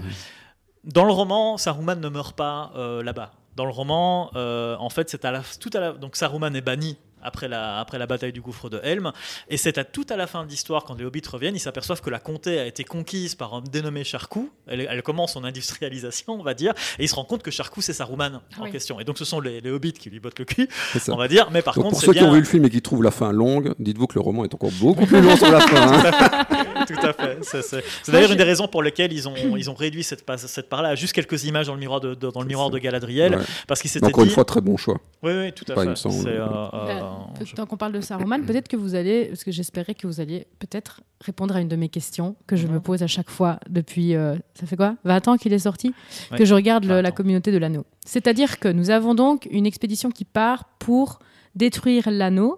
le roman, Saruman ne meurt pas là-bas. Dans le roman, en fait, c'est donc Saruman est banni après la bataille du gouffre de Helm, et c'est tout à la fin de l'histoire, quand les hobbits reviennent, ils s'aperçoivent que la comté a été conquise par un dénommé Sharku. Elle commence son industrialisation, on va dire, et ils se rendent compte que Sharku c'est Saruman en question, et donc ce sont les hobbits qui lui bottent le cul, on va dire. Mais par contre, pour ceux qui ont vu le film et qui trouvent la fin longue, dites-vous que le roman est encore beaucoup plus long sur la fin. Tout à fait. C'est d'ailleurs une des raisons pour lesquelles ils ont réduit cette part-là à juste quelques images dans le miroir de Galadriel, parce qu'ils s'étaient encore une fois, très bon choix. Oui, tout à fait. Tant qu'on parle de Saruman, peut-être que vous allez, parce que j'espérais que vous alliez peut-être répondre à une de mes questions que je me pose à chaque fois depuis, ça fait quoi, 20 ans qu'il est sorti, que je regarde la communauté de l'anneau. C'est-à-dire que nous avons donc une expédition qui part pour détruire l'anneau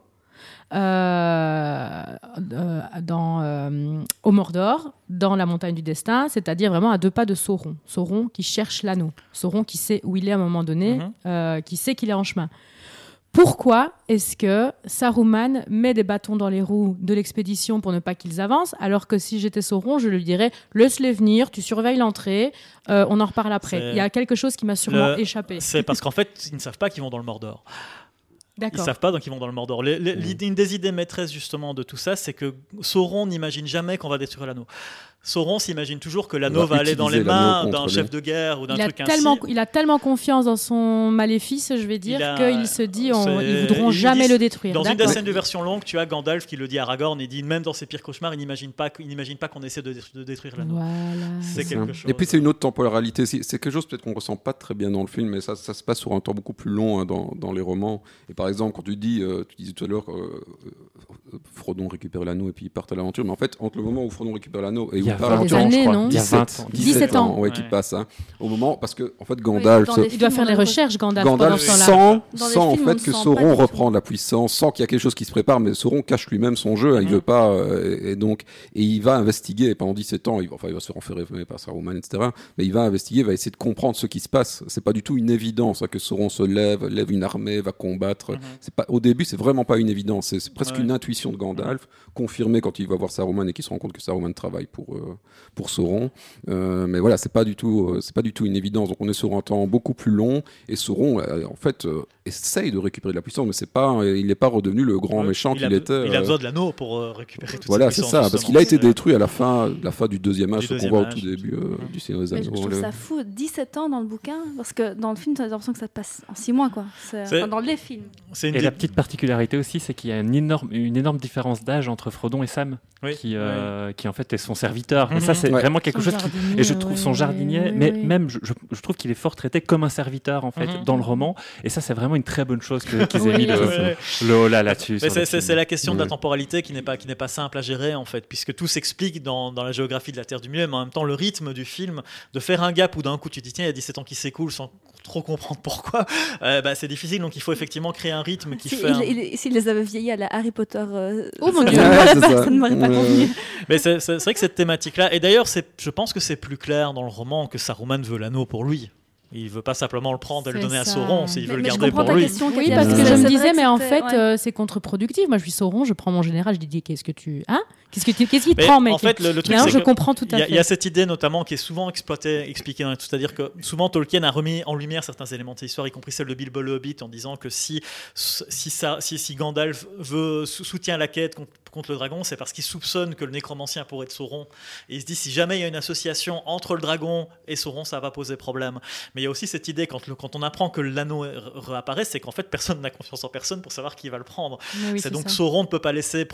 au Mordor, dans la montagne du destin, c'est-à-dire vraiment à 2 pas de Sauron. Sauron qui cherche l'anneau. Sauron qui sait où il est à un moment donné, qui sait qu'il est en chemin. Pourquoi est-ce que Saruman met des bâtons dans les roues de l'expédition pour ne pas qu'ils avancent, alors que si j'étais Sauron, je lui dirais « Laisse-les venir, tu surveilles l'entrée, on en reparle après ». Il y a quelque chose qui m'a sûrement échappé. C'est parce qu'en fait, ils ne savent pas qu'ils vont dans le Mordor. D'accord. Ils savent pas, donc ils vont dans le Mordor. Une des idées maîtresses justement de tout ça, c'est que Sauron n'imagine jamais qu'on va détruire l'anneau. Sauron s'imagine toujours que l'anneau On va va aller dans les utiliser mains l'anneau d'un contre chef lui. de guerre ou d'un Il a, truc ainsi. il a tellement confiance dans son maléfice, je vais dire, qu'il se dit ils voudront il jamais dit- le détruire. Dans une des D'accord. scènes de version longue, tu as Gandalf qui le dit à Aragorn et dit même dans ses pires cauchemars, il n'imagine pas qu'on essaie de détruire l'anneau. Voilà. C'est quelque chose. Et puis c'est une autre temporalité. C'est quelque chose peut-être qu'on ressent pas très bien dans le film, mais ça se passe sur un temps beaucoup plus long hein, dans les romans. Et par exemple, quand tu disais tout à l'heure, Frodon récupère l'anneau et puis ils partent à l'aventure. Mais en fait, entre le moment où Frodon récupère l'anneau et où Il y a il part à 20 Des l'aventure, ans, je années, crois. non Il y a 20 ans. 17 ans. ouais, Ouais. qui passe. Hein, au moment, parce que en fait, Gandalf, dans les Il doit films, faire des on le recherches, Gandalf, pendant Gandalf ce temps-là. sent, Dans les sent en films, on fait ne que sent pas Sauron du tout. reprend de la puissance, sent qu'il y a quelque chose qui se prépare, mais Sauron cache lui-même son jeu, il veut pas, et il va investiguer pendant 17 ans, il va se faire enfermer par Saruman, etc. Mais il va investiguer, il va essayer de comprendre ce qui se passe. C'est pas du tout une évidence hein, que Sauron se lève une armée, va combattre. C'est pas, au début, c'est vraiment pas une évidence, c'est presque une intuition de Gandalf, confirmée quand il va voir Saruman et qu'il se rend compte que Saruman travaille pour Sauron. Mais voilà, c'est pas du tout une évidence. Donc on est sur un temps beaucoup plus long et Sauron en fait essaye de récupérer de la puissance, mais il n'est pas redevenu le grand méchant qu'il était. Il a besoin de l'anneau pour récupérer toute Voilà, cette c'est puissance, ça, parce justement. qu'il a été détruit à la fin du deuxième âge, Du ce qu'on voit au deuxième tout début du Seigneur des Mais Anneaux. je trouve ça fou, 17 ans dans le bouquin, parce que dans le film, tu as l'impression que ça passe en 6 mois, quoi. Enfin, dans les films. C'est une Et des- la petite particularité aussi, c'est qu'il y a une énorme différence d'âge entre Frodon et Sam, Oui, qui en fait est son serviteur. Mais Mhm. ça, c'est Ouais. vraiment quelque Son chose qui... jardinier, Et je trouve son ouais, jardinier, ouais, mais ouais. même, je trouve qu'il est fort traité comme un serviteur, en fait, Mhm. dans le roman. Et ça, c'est vraiment une très bonne chose qu'ils aient Oui, mis ouais. le holà là-dessus. Mais sur le c'est film. la question de la Ouais. temporalité qui n'est pas simple à gérer en fait, puisque tout s'explique dans la géographie de la Terre du Milieu, mais en même temps le rythme du film, de faire un gap où d'un coup tu te dis tiens il y a 17 ans qui s'écoulent sans trop comprendre pourquoi, c'est difficile, donc il faut effectivement créer un rythme qui fait... S'il les avait vieillis à la Harry Potter, Oh mon ça Dieu. ne Ouais, c'est ça. ça ne m'aurait pas Ouais. convenu. Mais c'est vrai que cette thématique-là, et d'ailleurs je pense que c'est plus clair dans le roman que Saruman veut l'anneau pour lui. Il veut pas simplement le prendre et le C'est donner à ça. Sauron, il veut le Mais je garder comprends pour ta lui. question, Oui, Katia, parce que c'est je me vrai disais, que mais en c'était- fait, ouais. c'est contre-productif. Moi, je suis Sauron, je prends mon général, je lui dis, qu'est-ce que tu... Hein Qu'est-ce qui te Mais prend, mec en fait, le truc, Maintenant, c'est je que comprends tout à Il y a fait. cette idée notamment qui est souvent expliquée dans les trucs, c'est-à-dire que souvent Tolkien a remis en lumière certains éléments de l'histoire, y compris celle de Bilbo le Hobbit, en disant que si Gandalf soutient la quête contre le dragon, c'est parce qu'il soupçonne que le nécromancien pourrait être Sauron. Et il se dit si jamais il y a une association entre le dragon et Sauron, ça va poser problème. Mais il y a aussi cette idée quand on apprend que l'anneau réapparaît, c'est qu'en fait personne n'a confiance en personne pour savoir qui va le prendre. Mais oui, c'est donc ça. Sauron ne peut pas laisser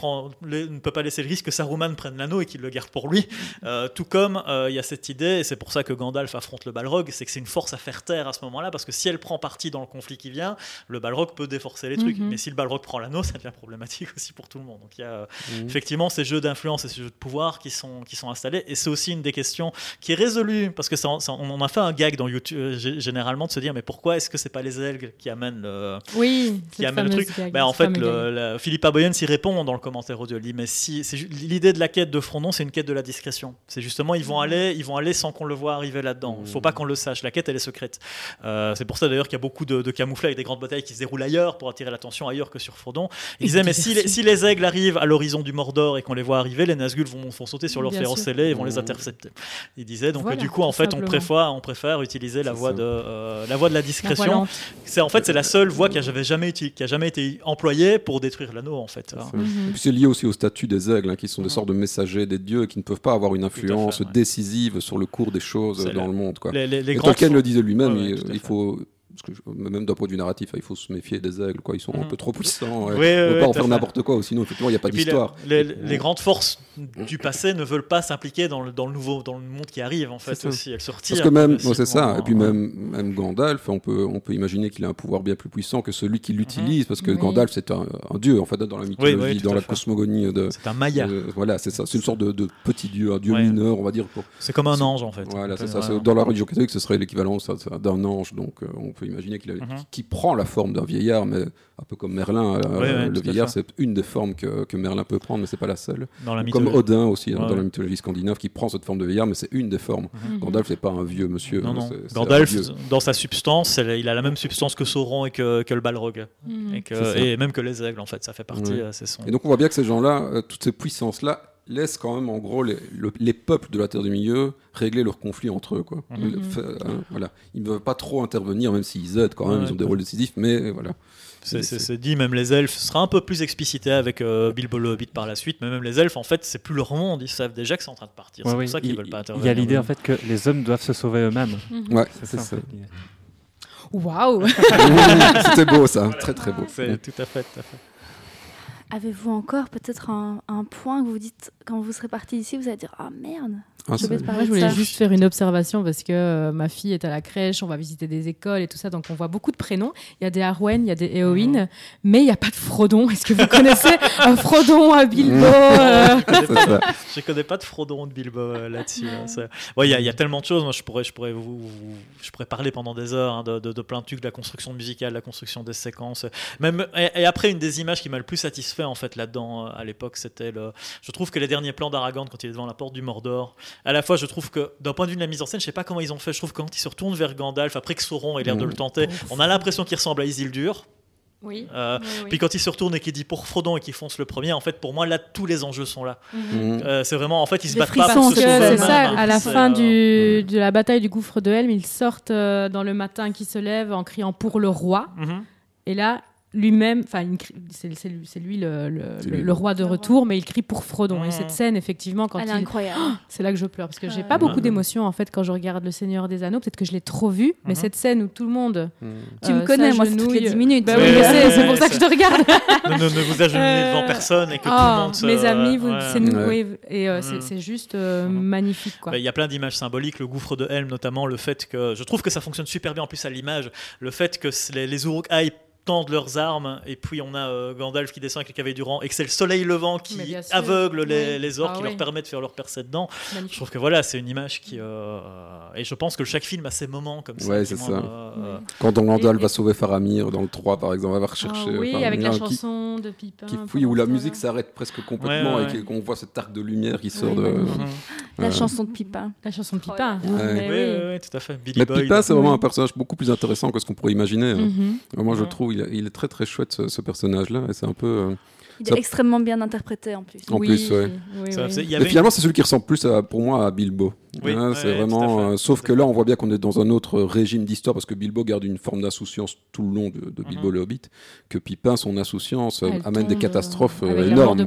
le risque que Saruman prenne l'anneau et qu'il le garde pour lui. Tout comme il y a cette idée, et c'est pour ça que Gandalf affronte le Balrog, c'est que c'est une force à faire taire à ce moment-là, parce que si elle prend parti dans le conflit qui vient, le Balrog peut déforcer les trucs. Mhm. Mais si le Balrog prend l'anneau, ça devient problématique aussi pour tout le monde. Donc il y a effectivement ces jeux d'influence et ces jeux de pouvoir qui sont installés. Et c'est aussi une des questions qui est résolue, parce que on a fait un gag dans YouTube généralement de se dire mais pourquoi est-ce que c'est pas les Elgues qui amènent Oui, qui amène le truc. En fait, Philippe Aboyen s'y répond dans le commentaire audio. Il dit, mais l'idée de la quête de Frodon, c'est une quête de la discrétion. C'est justement, ils vont aller sans qu'on le voit arriver là-dedans. Il ne faut pas qu'on le sache. La quête, elle est secrète. C'est pour ça d'ailleurs qu'il y a beaucoup de camouflage avec des grandes batailles qui se déroulent ailleurs pour attirer l'attention ailleurs que sur Frodon. Il disait, mais si les aigles arrivent à l'horizon du Mordor et qu'on les voit arriver, les Nazgûl vont sauter sur leur Bien féroce sûr. scellé et vont les intercepter. Il disait, donc Voilà, du coup, en tout fait, simplement. on préfère utiliser la C'est voie ça. de la discrétion. Voilà. C'est la seule voie qui a jamais été employée pour détruire l'anneau en fait. Et puis c'est lié aussi au statut des aigles, qui sont des sortes de messagers des dieux et qui ne peuvent pas avoir une influence ouais. décisive sur le cours des choses C'est dans le monde. Quoi. Les Et grandes Tolkien le disait lui-même, Ouais, ouais, tout à il fait. faut... Parce que même d'un point de vue narratif, il faut se méfier des aigles, quoi. Ils sont un peu trop puissants. Oui, On oui, ne peut oui, pas en tout à faire fait. n'importe quoi, sinon effectivement il n'y a pas Et puis d'histoire. les grandes forces du passé ne veulent pas s'impliquer dans le monde qui arrive en fait C'est ça. aussi. Elles se retirent. Parce que même, progressivement. c'est ça. Et puis même Gandalf, on peut imaginer qu'il a un pouvoir bien plus puissant que celui qui l'utilise, parce que Oui. Gandalf c'est un dieu en fait dans la mythologie, oui, tout dans à la fait. cosmogonie de. C'est un Maya. Voilà, c'est ça. C'est une sorte de petit dieu, un dieu Ouais. mineur, on va dire. C'est comme un ange en fait. Voilà, c'est ça. Vraiment. Dans la religion catholique, ce serait l'équivalent d'un ange. Donc, on peut imaginer qu'il prend la forme d'un vieillard, mais un peu comme Merlin. Ouais, le tout à vieillard, fait. c'est une des formes que Merlin peut prendre, mais c'est pas la seule. Dans la Comme mythologie. Odin aussi, Ouais, dans ouais. la mythologie scandinave, qui prend cette forme de vieillard, mais c'est une des formes. Gandalf, c'est pas un vieux monsieur. Non, non. c'est Gandalf, un vieux. dans sa substance, il a la même substance que Sauron et que le Balrog. Mhm. Et C'est ça. même que les aigles, en fait, ça fait partie. Ouais. C'est son. Et donc, on voit bien que ces gens-là, toutes ces puissances-là, laisse quand même, en gros, les peuples de la Terre du Milieu régler leurs conflits entre eux, quoi. Voilà. Ils ne veulent pas trop intervenir, même s'ils aident quand même, ils ont des rôles décisifs, mais voilà. C'est dit, même les elfes, ce sera un peu plus explicité avec Bilbo le Hobbit par la suite, mais même les elfes, en fait, c'est plus leur monde, ils savent déjà que c'est en train de partir. C'est pour ça qu'ils veulent pas intervenir. Il y a l'idée en fait que les hommes doivent se sauver eux-mêmes. Ouais, c'est ça. Waouh. C'était beau ça, très très beau. C'est tout à fait. Avez-vous encore peut-être un point que vous dites, quand vous serez parti d'ici, vous allez dire « Ah merde !» Moi, je voulais juste faire une observation parce que ma fille est à la crèche, on va visiter des écoles et tout ça, donc on voit beaucoup de prénoms. Il y a des Arwen, il y a des Éowyn, mais il n'y a pas de Frodon. Est-ce que vous connaissez un Frodon, un Bilbo Je connais pas de Frodon, de Bilbo là-dessus. Il y a tellement de choses. Moi, je pourrais parler pendant des heures de plein de trucs, de la construction musicale, de la construction des séquences. Même, et après, une des images qui m'a le plus satisfait en fait là-dedans à l'époque, c'était je trouve que les derniers plans d'Aragorn quand il est devant la porte du Mordor. À la fois, je trouve que d'un point de vue de la mise en scène, je sais pas comment ils ont fait. Je trouve que quand il se retourne vers Gandalf, après que Sauron ait l'air de le tenter, on a l'impression qu'il ressemble à Isildur. Oui. Puis quand il se retourne et qu'il dit pour Frodon et qu'il fonce le premier, en fait, pour moi, là, tous les enjeux sont là. C'est vraiment, en fait, ils se battent pas pour se sauver eux-mêmes. C'est ça, à la fin de la bataille du gouffre de Helm, ils sortent dans le matin qui se lève en criant pour le roi. Et là, lui-même, enfin, c'est lui le roi de retour, mais il crie pour Frodon. Et cette scène, effectivement, quand elle est incroyable. C'est là que je pleure parce que j'ai pas beaucoup d'émotions en fait quand je regarde Le Seigneur des Anneaux. Peut-être que je l'ai trop vu, mais cette scène où tout le monde. Tu me connais, moi, c'est toutes les 10 minutes. Bah oui, c'est pour ça que je te regarde. Ne vous agenouillez devant personne et que tout le monde se. Mes amis, c'est nous. Et c'est juste magnifique, quoi. Il y a plein d'images symboliques, le gouffre de Helm notamment, le fait que je trouve que ça fonctionne super bien en plus à l'image, le fait que les Uruk-hai tendent leurs armes et puis on a Gandalf qui descend avec les cavaliers du rang et que c'est le soleil levant qui aveugle les orques qui leur permet de faire leur percée dedans. Magnifique. Je trouve que voilà, c'est une image qui et je pense que chaque film a ses moments comme ça. Ouais, c'est ça. Quand Gandalf va sauver Faramir dans le 3 par exemple, on va rechercher Faramir, avec la chanson de Pipin où la musique s'arrête presque complètement et qu'on voit cet arc de lumière qui sort de la chanson de Pipin. La chanson de Pipin. Oui, tout à fait. Mais Pipin, c'est vraiment un personnage beaucoup plus intéressant que ce qu'on pourrait imaginer. Moi, je trouve il est très très chouette ce personnage-là et c'est un peu. Il est extrêmement bien interprété en plus. En plus, ouais. Mais finalement, c'est celui qui ressemble plus pour moi à Bilbo. C'est vraiment. Sauf que là, on voit bien qu'on est dans un autre régime d'histoire parce que Bilbo garde une forme d'insouciance tout le long de Bilbo le Hobbit. Que Pipin, son insouciance amène des catastrophes énormes.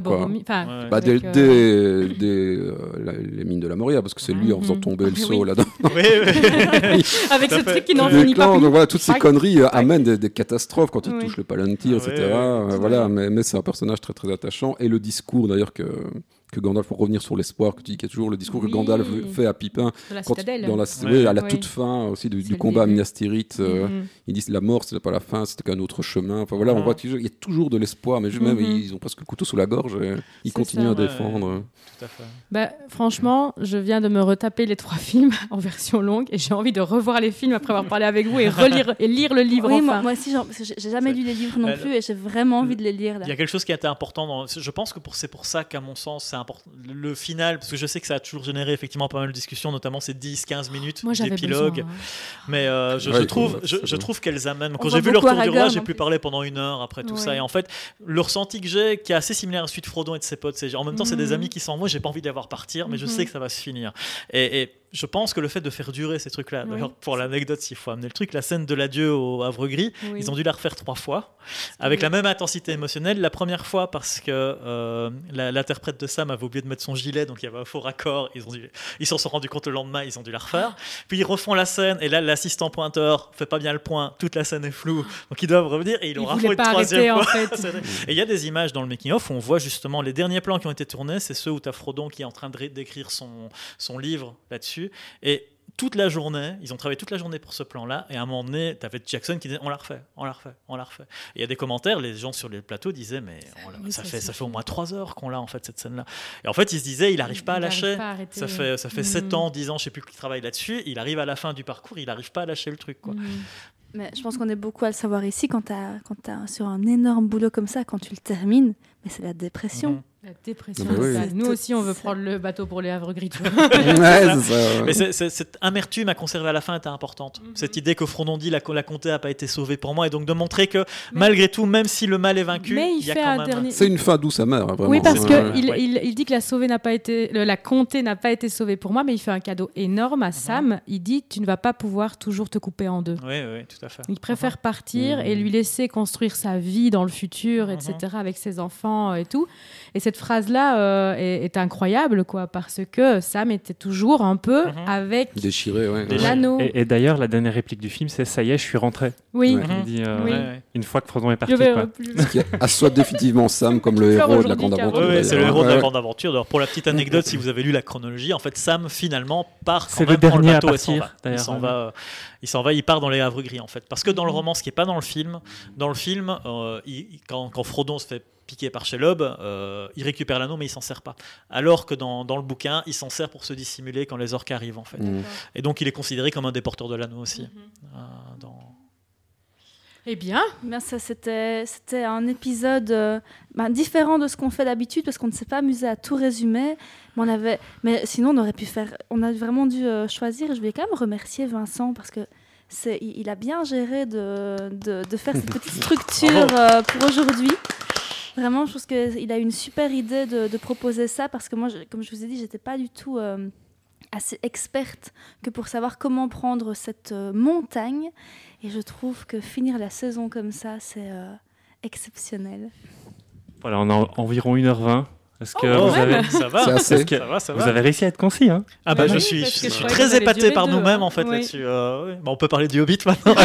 Dès les mines de la Moria, parce que c'est lui en faisant tomber le seau là-dedans. Avec ce truc qui n'en finit pas. Donc voilà, toutes ces conneries amènent des catastrophes quand il touche le Palantir, etc. Voilà, mais c'est un personnage très très attachant et le discours d'ailleurs que Gandalf, pour revenir sur l'espoir que tu dis qu'il y a toujours le discours que Gandalf fait à Pipin à la toute fin aussi du combat à Minas Tirith, ils disent la mort c'était pas la fin, c'était qu'un autre chemin. Enfin voilà, on voit qu'il y a toujours de l'espoir, mais même ils ont presque le couteau sous la gorge et ils continuent à défendre. Tout à fait. Franchement, je viens de me retaper les 3 films en version longue et j'ai envie de revoir les films après avoir parlé avec vous et lire le livre. Oui, moi aussi, j'ai jamais lu les livres non plus et j'ai vraiment envie de les lire là. Il y a quelque chose qui a été important je pense que c'est pour ça qu'à mon sens c'est important le final, parce que je sais que ça a toujours généré effectivement pas mal de discussions, notamment ces 10-15 minutes d'épilogue. Mais je trouve qu'elles amènent. Quand j'ai vu Le Retour du Roi, j'ai pu parler pendant 1 heure après tout ça. Et en fait, le ressenti que j'ai, qui est assez similaire à celui de Frodon et de ses potes, c'est en même temps, c'est des amis qui sont moi, j'ai pas envie de les voir partir, mais je sais que ça va se finir. Et je pense que le fait de faire durer ces trucs-là, d'ailleurs, pour l'anecdote, s'il faut amener le truc, la scène de l'adieu au Havre Gris, ils ont dû la refaire 3 fois, avec la même intensité émotionnelle. La première fois, parce que l'interprète de Sam avait oublié de mettre son gilet, donc il y avait un faux raccord, ils s'en sont rendus compte le lendemain, ils ont dû la refaire. Puis ils refont la scène, et là, l'assistant pointeur fait pas bien le point, toute la scène est floue, donc ils doivent revenir, et ils l'ont rafoué une 3e fois. En fait. Et il y a des images dans le making-of où on voit justement les derniers plans qui ont été tournés, c'est ceux où tu as Frodon qui est en train d'écrire son livre là-dessus. Et toute la journée, ils ont travaillé toute la journée pour ce plan-là, et à un moment donné, tu avais Jackson qui disait on la refait. Et il y a des commentaires, les gens sur les plateaux disaient mais ça fait au moins 3 heures qu'on l'a en fait cette scène-là. Et en fait, ils se disaient il n'arrive pas à lâcher. Ça fait 7 ans, 10 ans, je sais plus qu'il travaille là-dessus. Il arrive à la fin du parcours, il n'arrive pas à lâcher le truc, quoi. Mais je pense qu'on est beaucoup à le savoir ici quand t'as sur un énorme boulot comme ça, quand tu le termines, mais c'est la dépression. La dépression Ah bah oui. totale. Nous aussi, on veut C'est- prendre le bateau pour les Havre Gris. tu vois. Ouais, c'est ça, ouais. Mais cette amertume à conserver à la fin était importante. Cette idée que Frodon dit la comté n'a pas été sauvée pour moi, et donc de montrer que malgré tout, même si le mal est vaincu, Mais il il y a fait quand un même... dernier. C'est une fin douce amère, hein, vraiment. Oui, parce Ouais. qu'il Ouais. il dit que la comté n'a pas été sauvée pour moi, mais il fait un cadeau énorme à Sam. Il dit tu ne vas pas pouvoir toujours te couper en deux. Oui, oui, tout à fait. Il préfère partir et lui laisser construire sa vie dans le futur, etc., avec ses enfants et tout. Et cette phrase-là est incroyable, quoi, parce que Sam était toujours un peu avec Déchiré, ouais. Déchiré. l'anneau. Et d'ailleurs, la dernière réplique du film, c'est ça y est, je suis rentré. Oui. Ouais. Il dit Oui. une fois que Frodon est parti. Je vais quoi. plus. Qui assoit définitivement Sam comme le Pleure héros de la aujourd'hui, grande Carole. aventure. Oui, c'est le d'ailleurs. héros de la Ouais, grande aventure. Alors, pour la petite anecdote, si vous avez lu la chronologie, en fait, Sam finalement part quand C'est même le prend dernier à bateau et s'en partir, va. d'ailleurs. Il s'en va, il part dans les Havre Gris en fait. Parce que dans le roman, ce qui est pas dans le film, quand Frodon se fait piquer par Shelob, il récupère l'anneau mais il s'en sert pas. Alors que dans le bouquin, il s'en sert pour se dissimuler quand les orques arrivent en fait. Et donc il est considéré comme un des porteurs de l'anneau aussi. Eh bien, Bien, ça, c'était un épisode différent de ce qu'on fait d'habitude parce qu'on ne s'est pas amusé à tout résumer. Mais sinon, on aurait pu faire. On a vraiment dû choisir. Je vais quand même remercier Vincent parce que il a bien géré de faire cette petite structure pour aujourd'hui. Vraiment, je trouve qu'il a eu une super idée de proposer ça parce que moi, comme je vous ai dit, j'étais pas du tout assez experte que pour savoir comment prendre cette montagne. Et je trouve que finir la saison comme ça, c'est exceptionnel. Voilà, on a environ 1h20. Est-ce que Oh, vous avez... ça va, C'est assez. Est-ce que ça vous va. avez réussi à être concis, hein? Ah bah Oui, je parce suis que je croyais que très vous alliez épaté durer par deux, nous-mêmes hein. en fait Oui. là-dessus. Oui. Bah, on peut parler du Hobbit maintenant.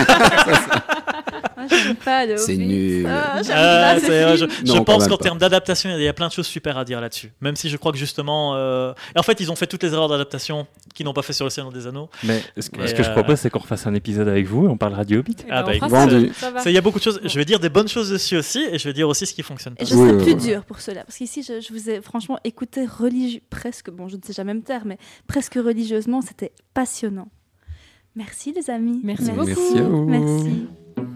Moi, j'aime pas le C'est Hobbit. nul. J'aime Ah, pas ce c'est- film. je Non, quand pense même qu'en pas. termes d'adaptation, il y a plein de choses super à dire là-dessus. Même si je crois que justement, et en fait, ils ont fait toutes les erreurs d'adaptation qu'ils n'ont pas fait sur le Seigneur des Anneaux. Mais ce Mais, que je propose, c'est qu'on refasse un épisode avec vous et on parlera du Hobbit. eh Ah, ben, bah, on fera vendu. ça. Ça va. Il y a beaucoup de choses. Je vais dire des bonnes choses dessus aussi, et je vais dire aussi ce qui fonctionne pas. Et je Oui, serai oui, plus oui. dur pour cela. Parce qu'ici, je vous ai franchement écouté presque, bon, je ne sais jamais me taire, mais presque religieusement. C'était passionnant. Merci, les amis. Merci beaucoup. Merci à vous. Merci.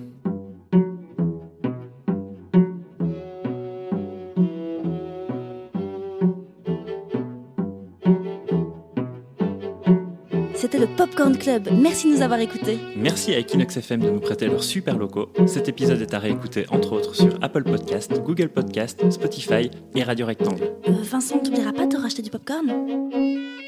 C'était le Popcorn Club. Merci de nous avoir écoutés. Merci à Equinox FM de nous prêter leurs super locaux. Cet épisode est à réécouter entre autres sur Apple Podcast, Google Podcast, Spotify et Radio Rectangle. Vincent, t'oublieras pas de racheter du popcorn?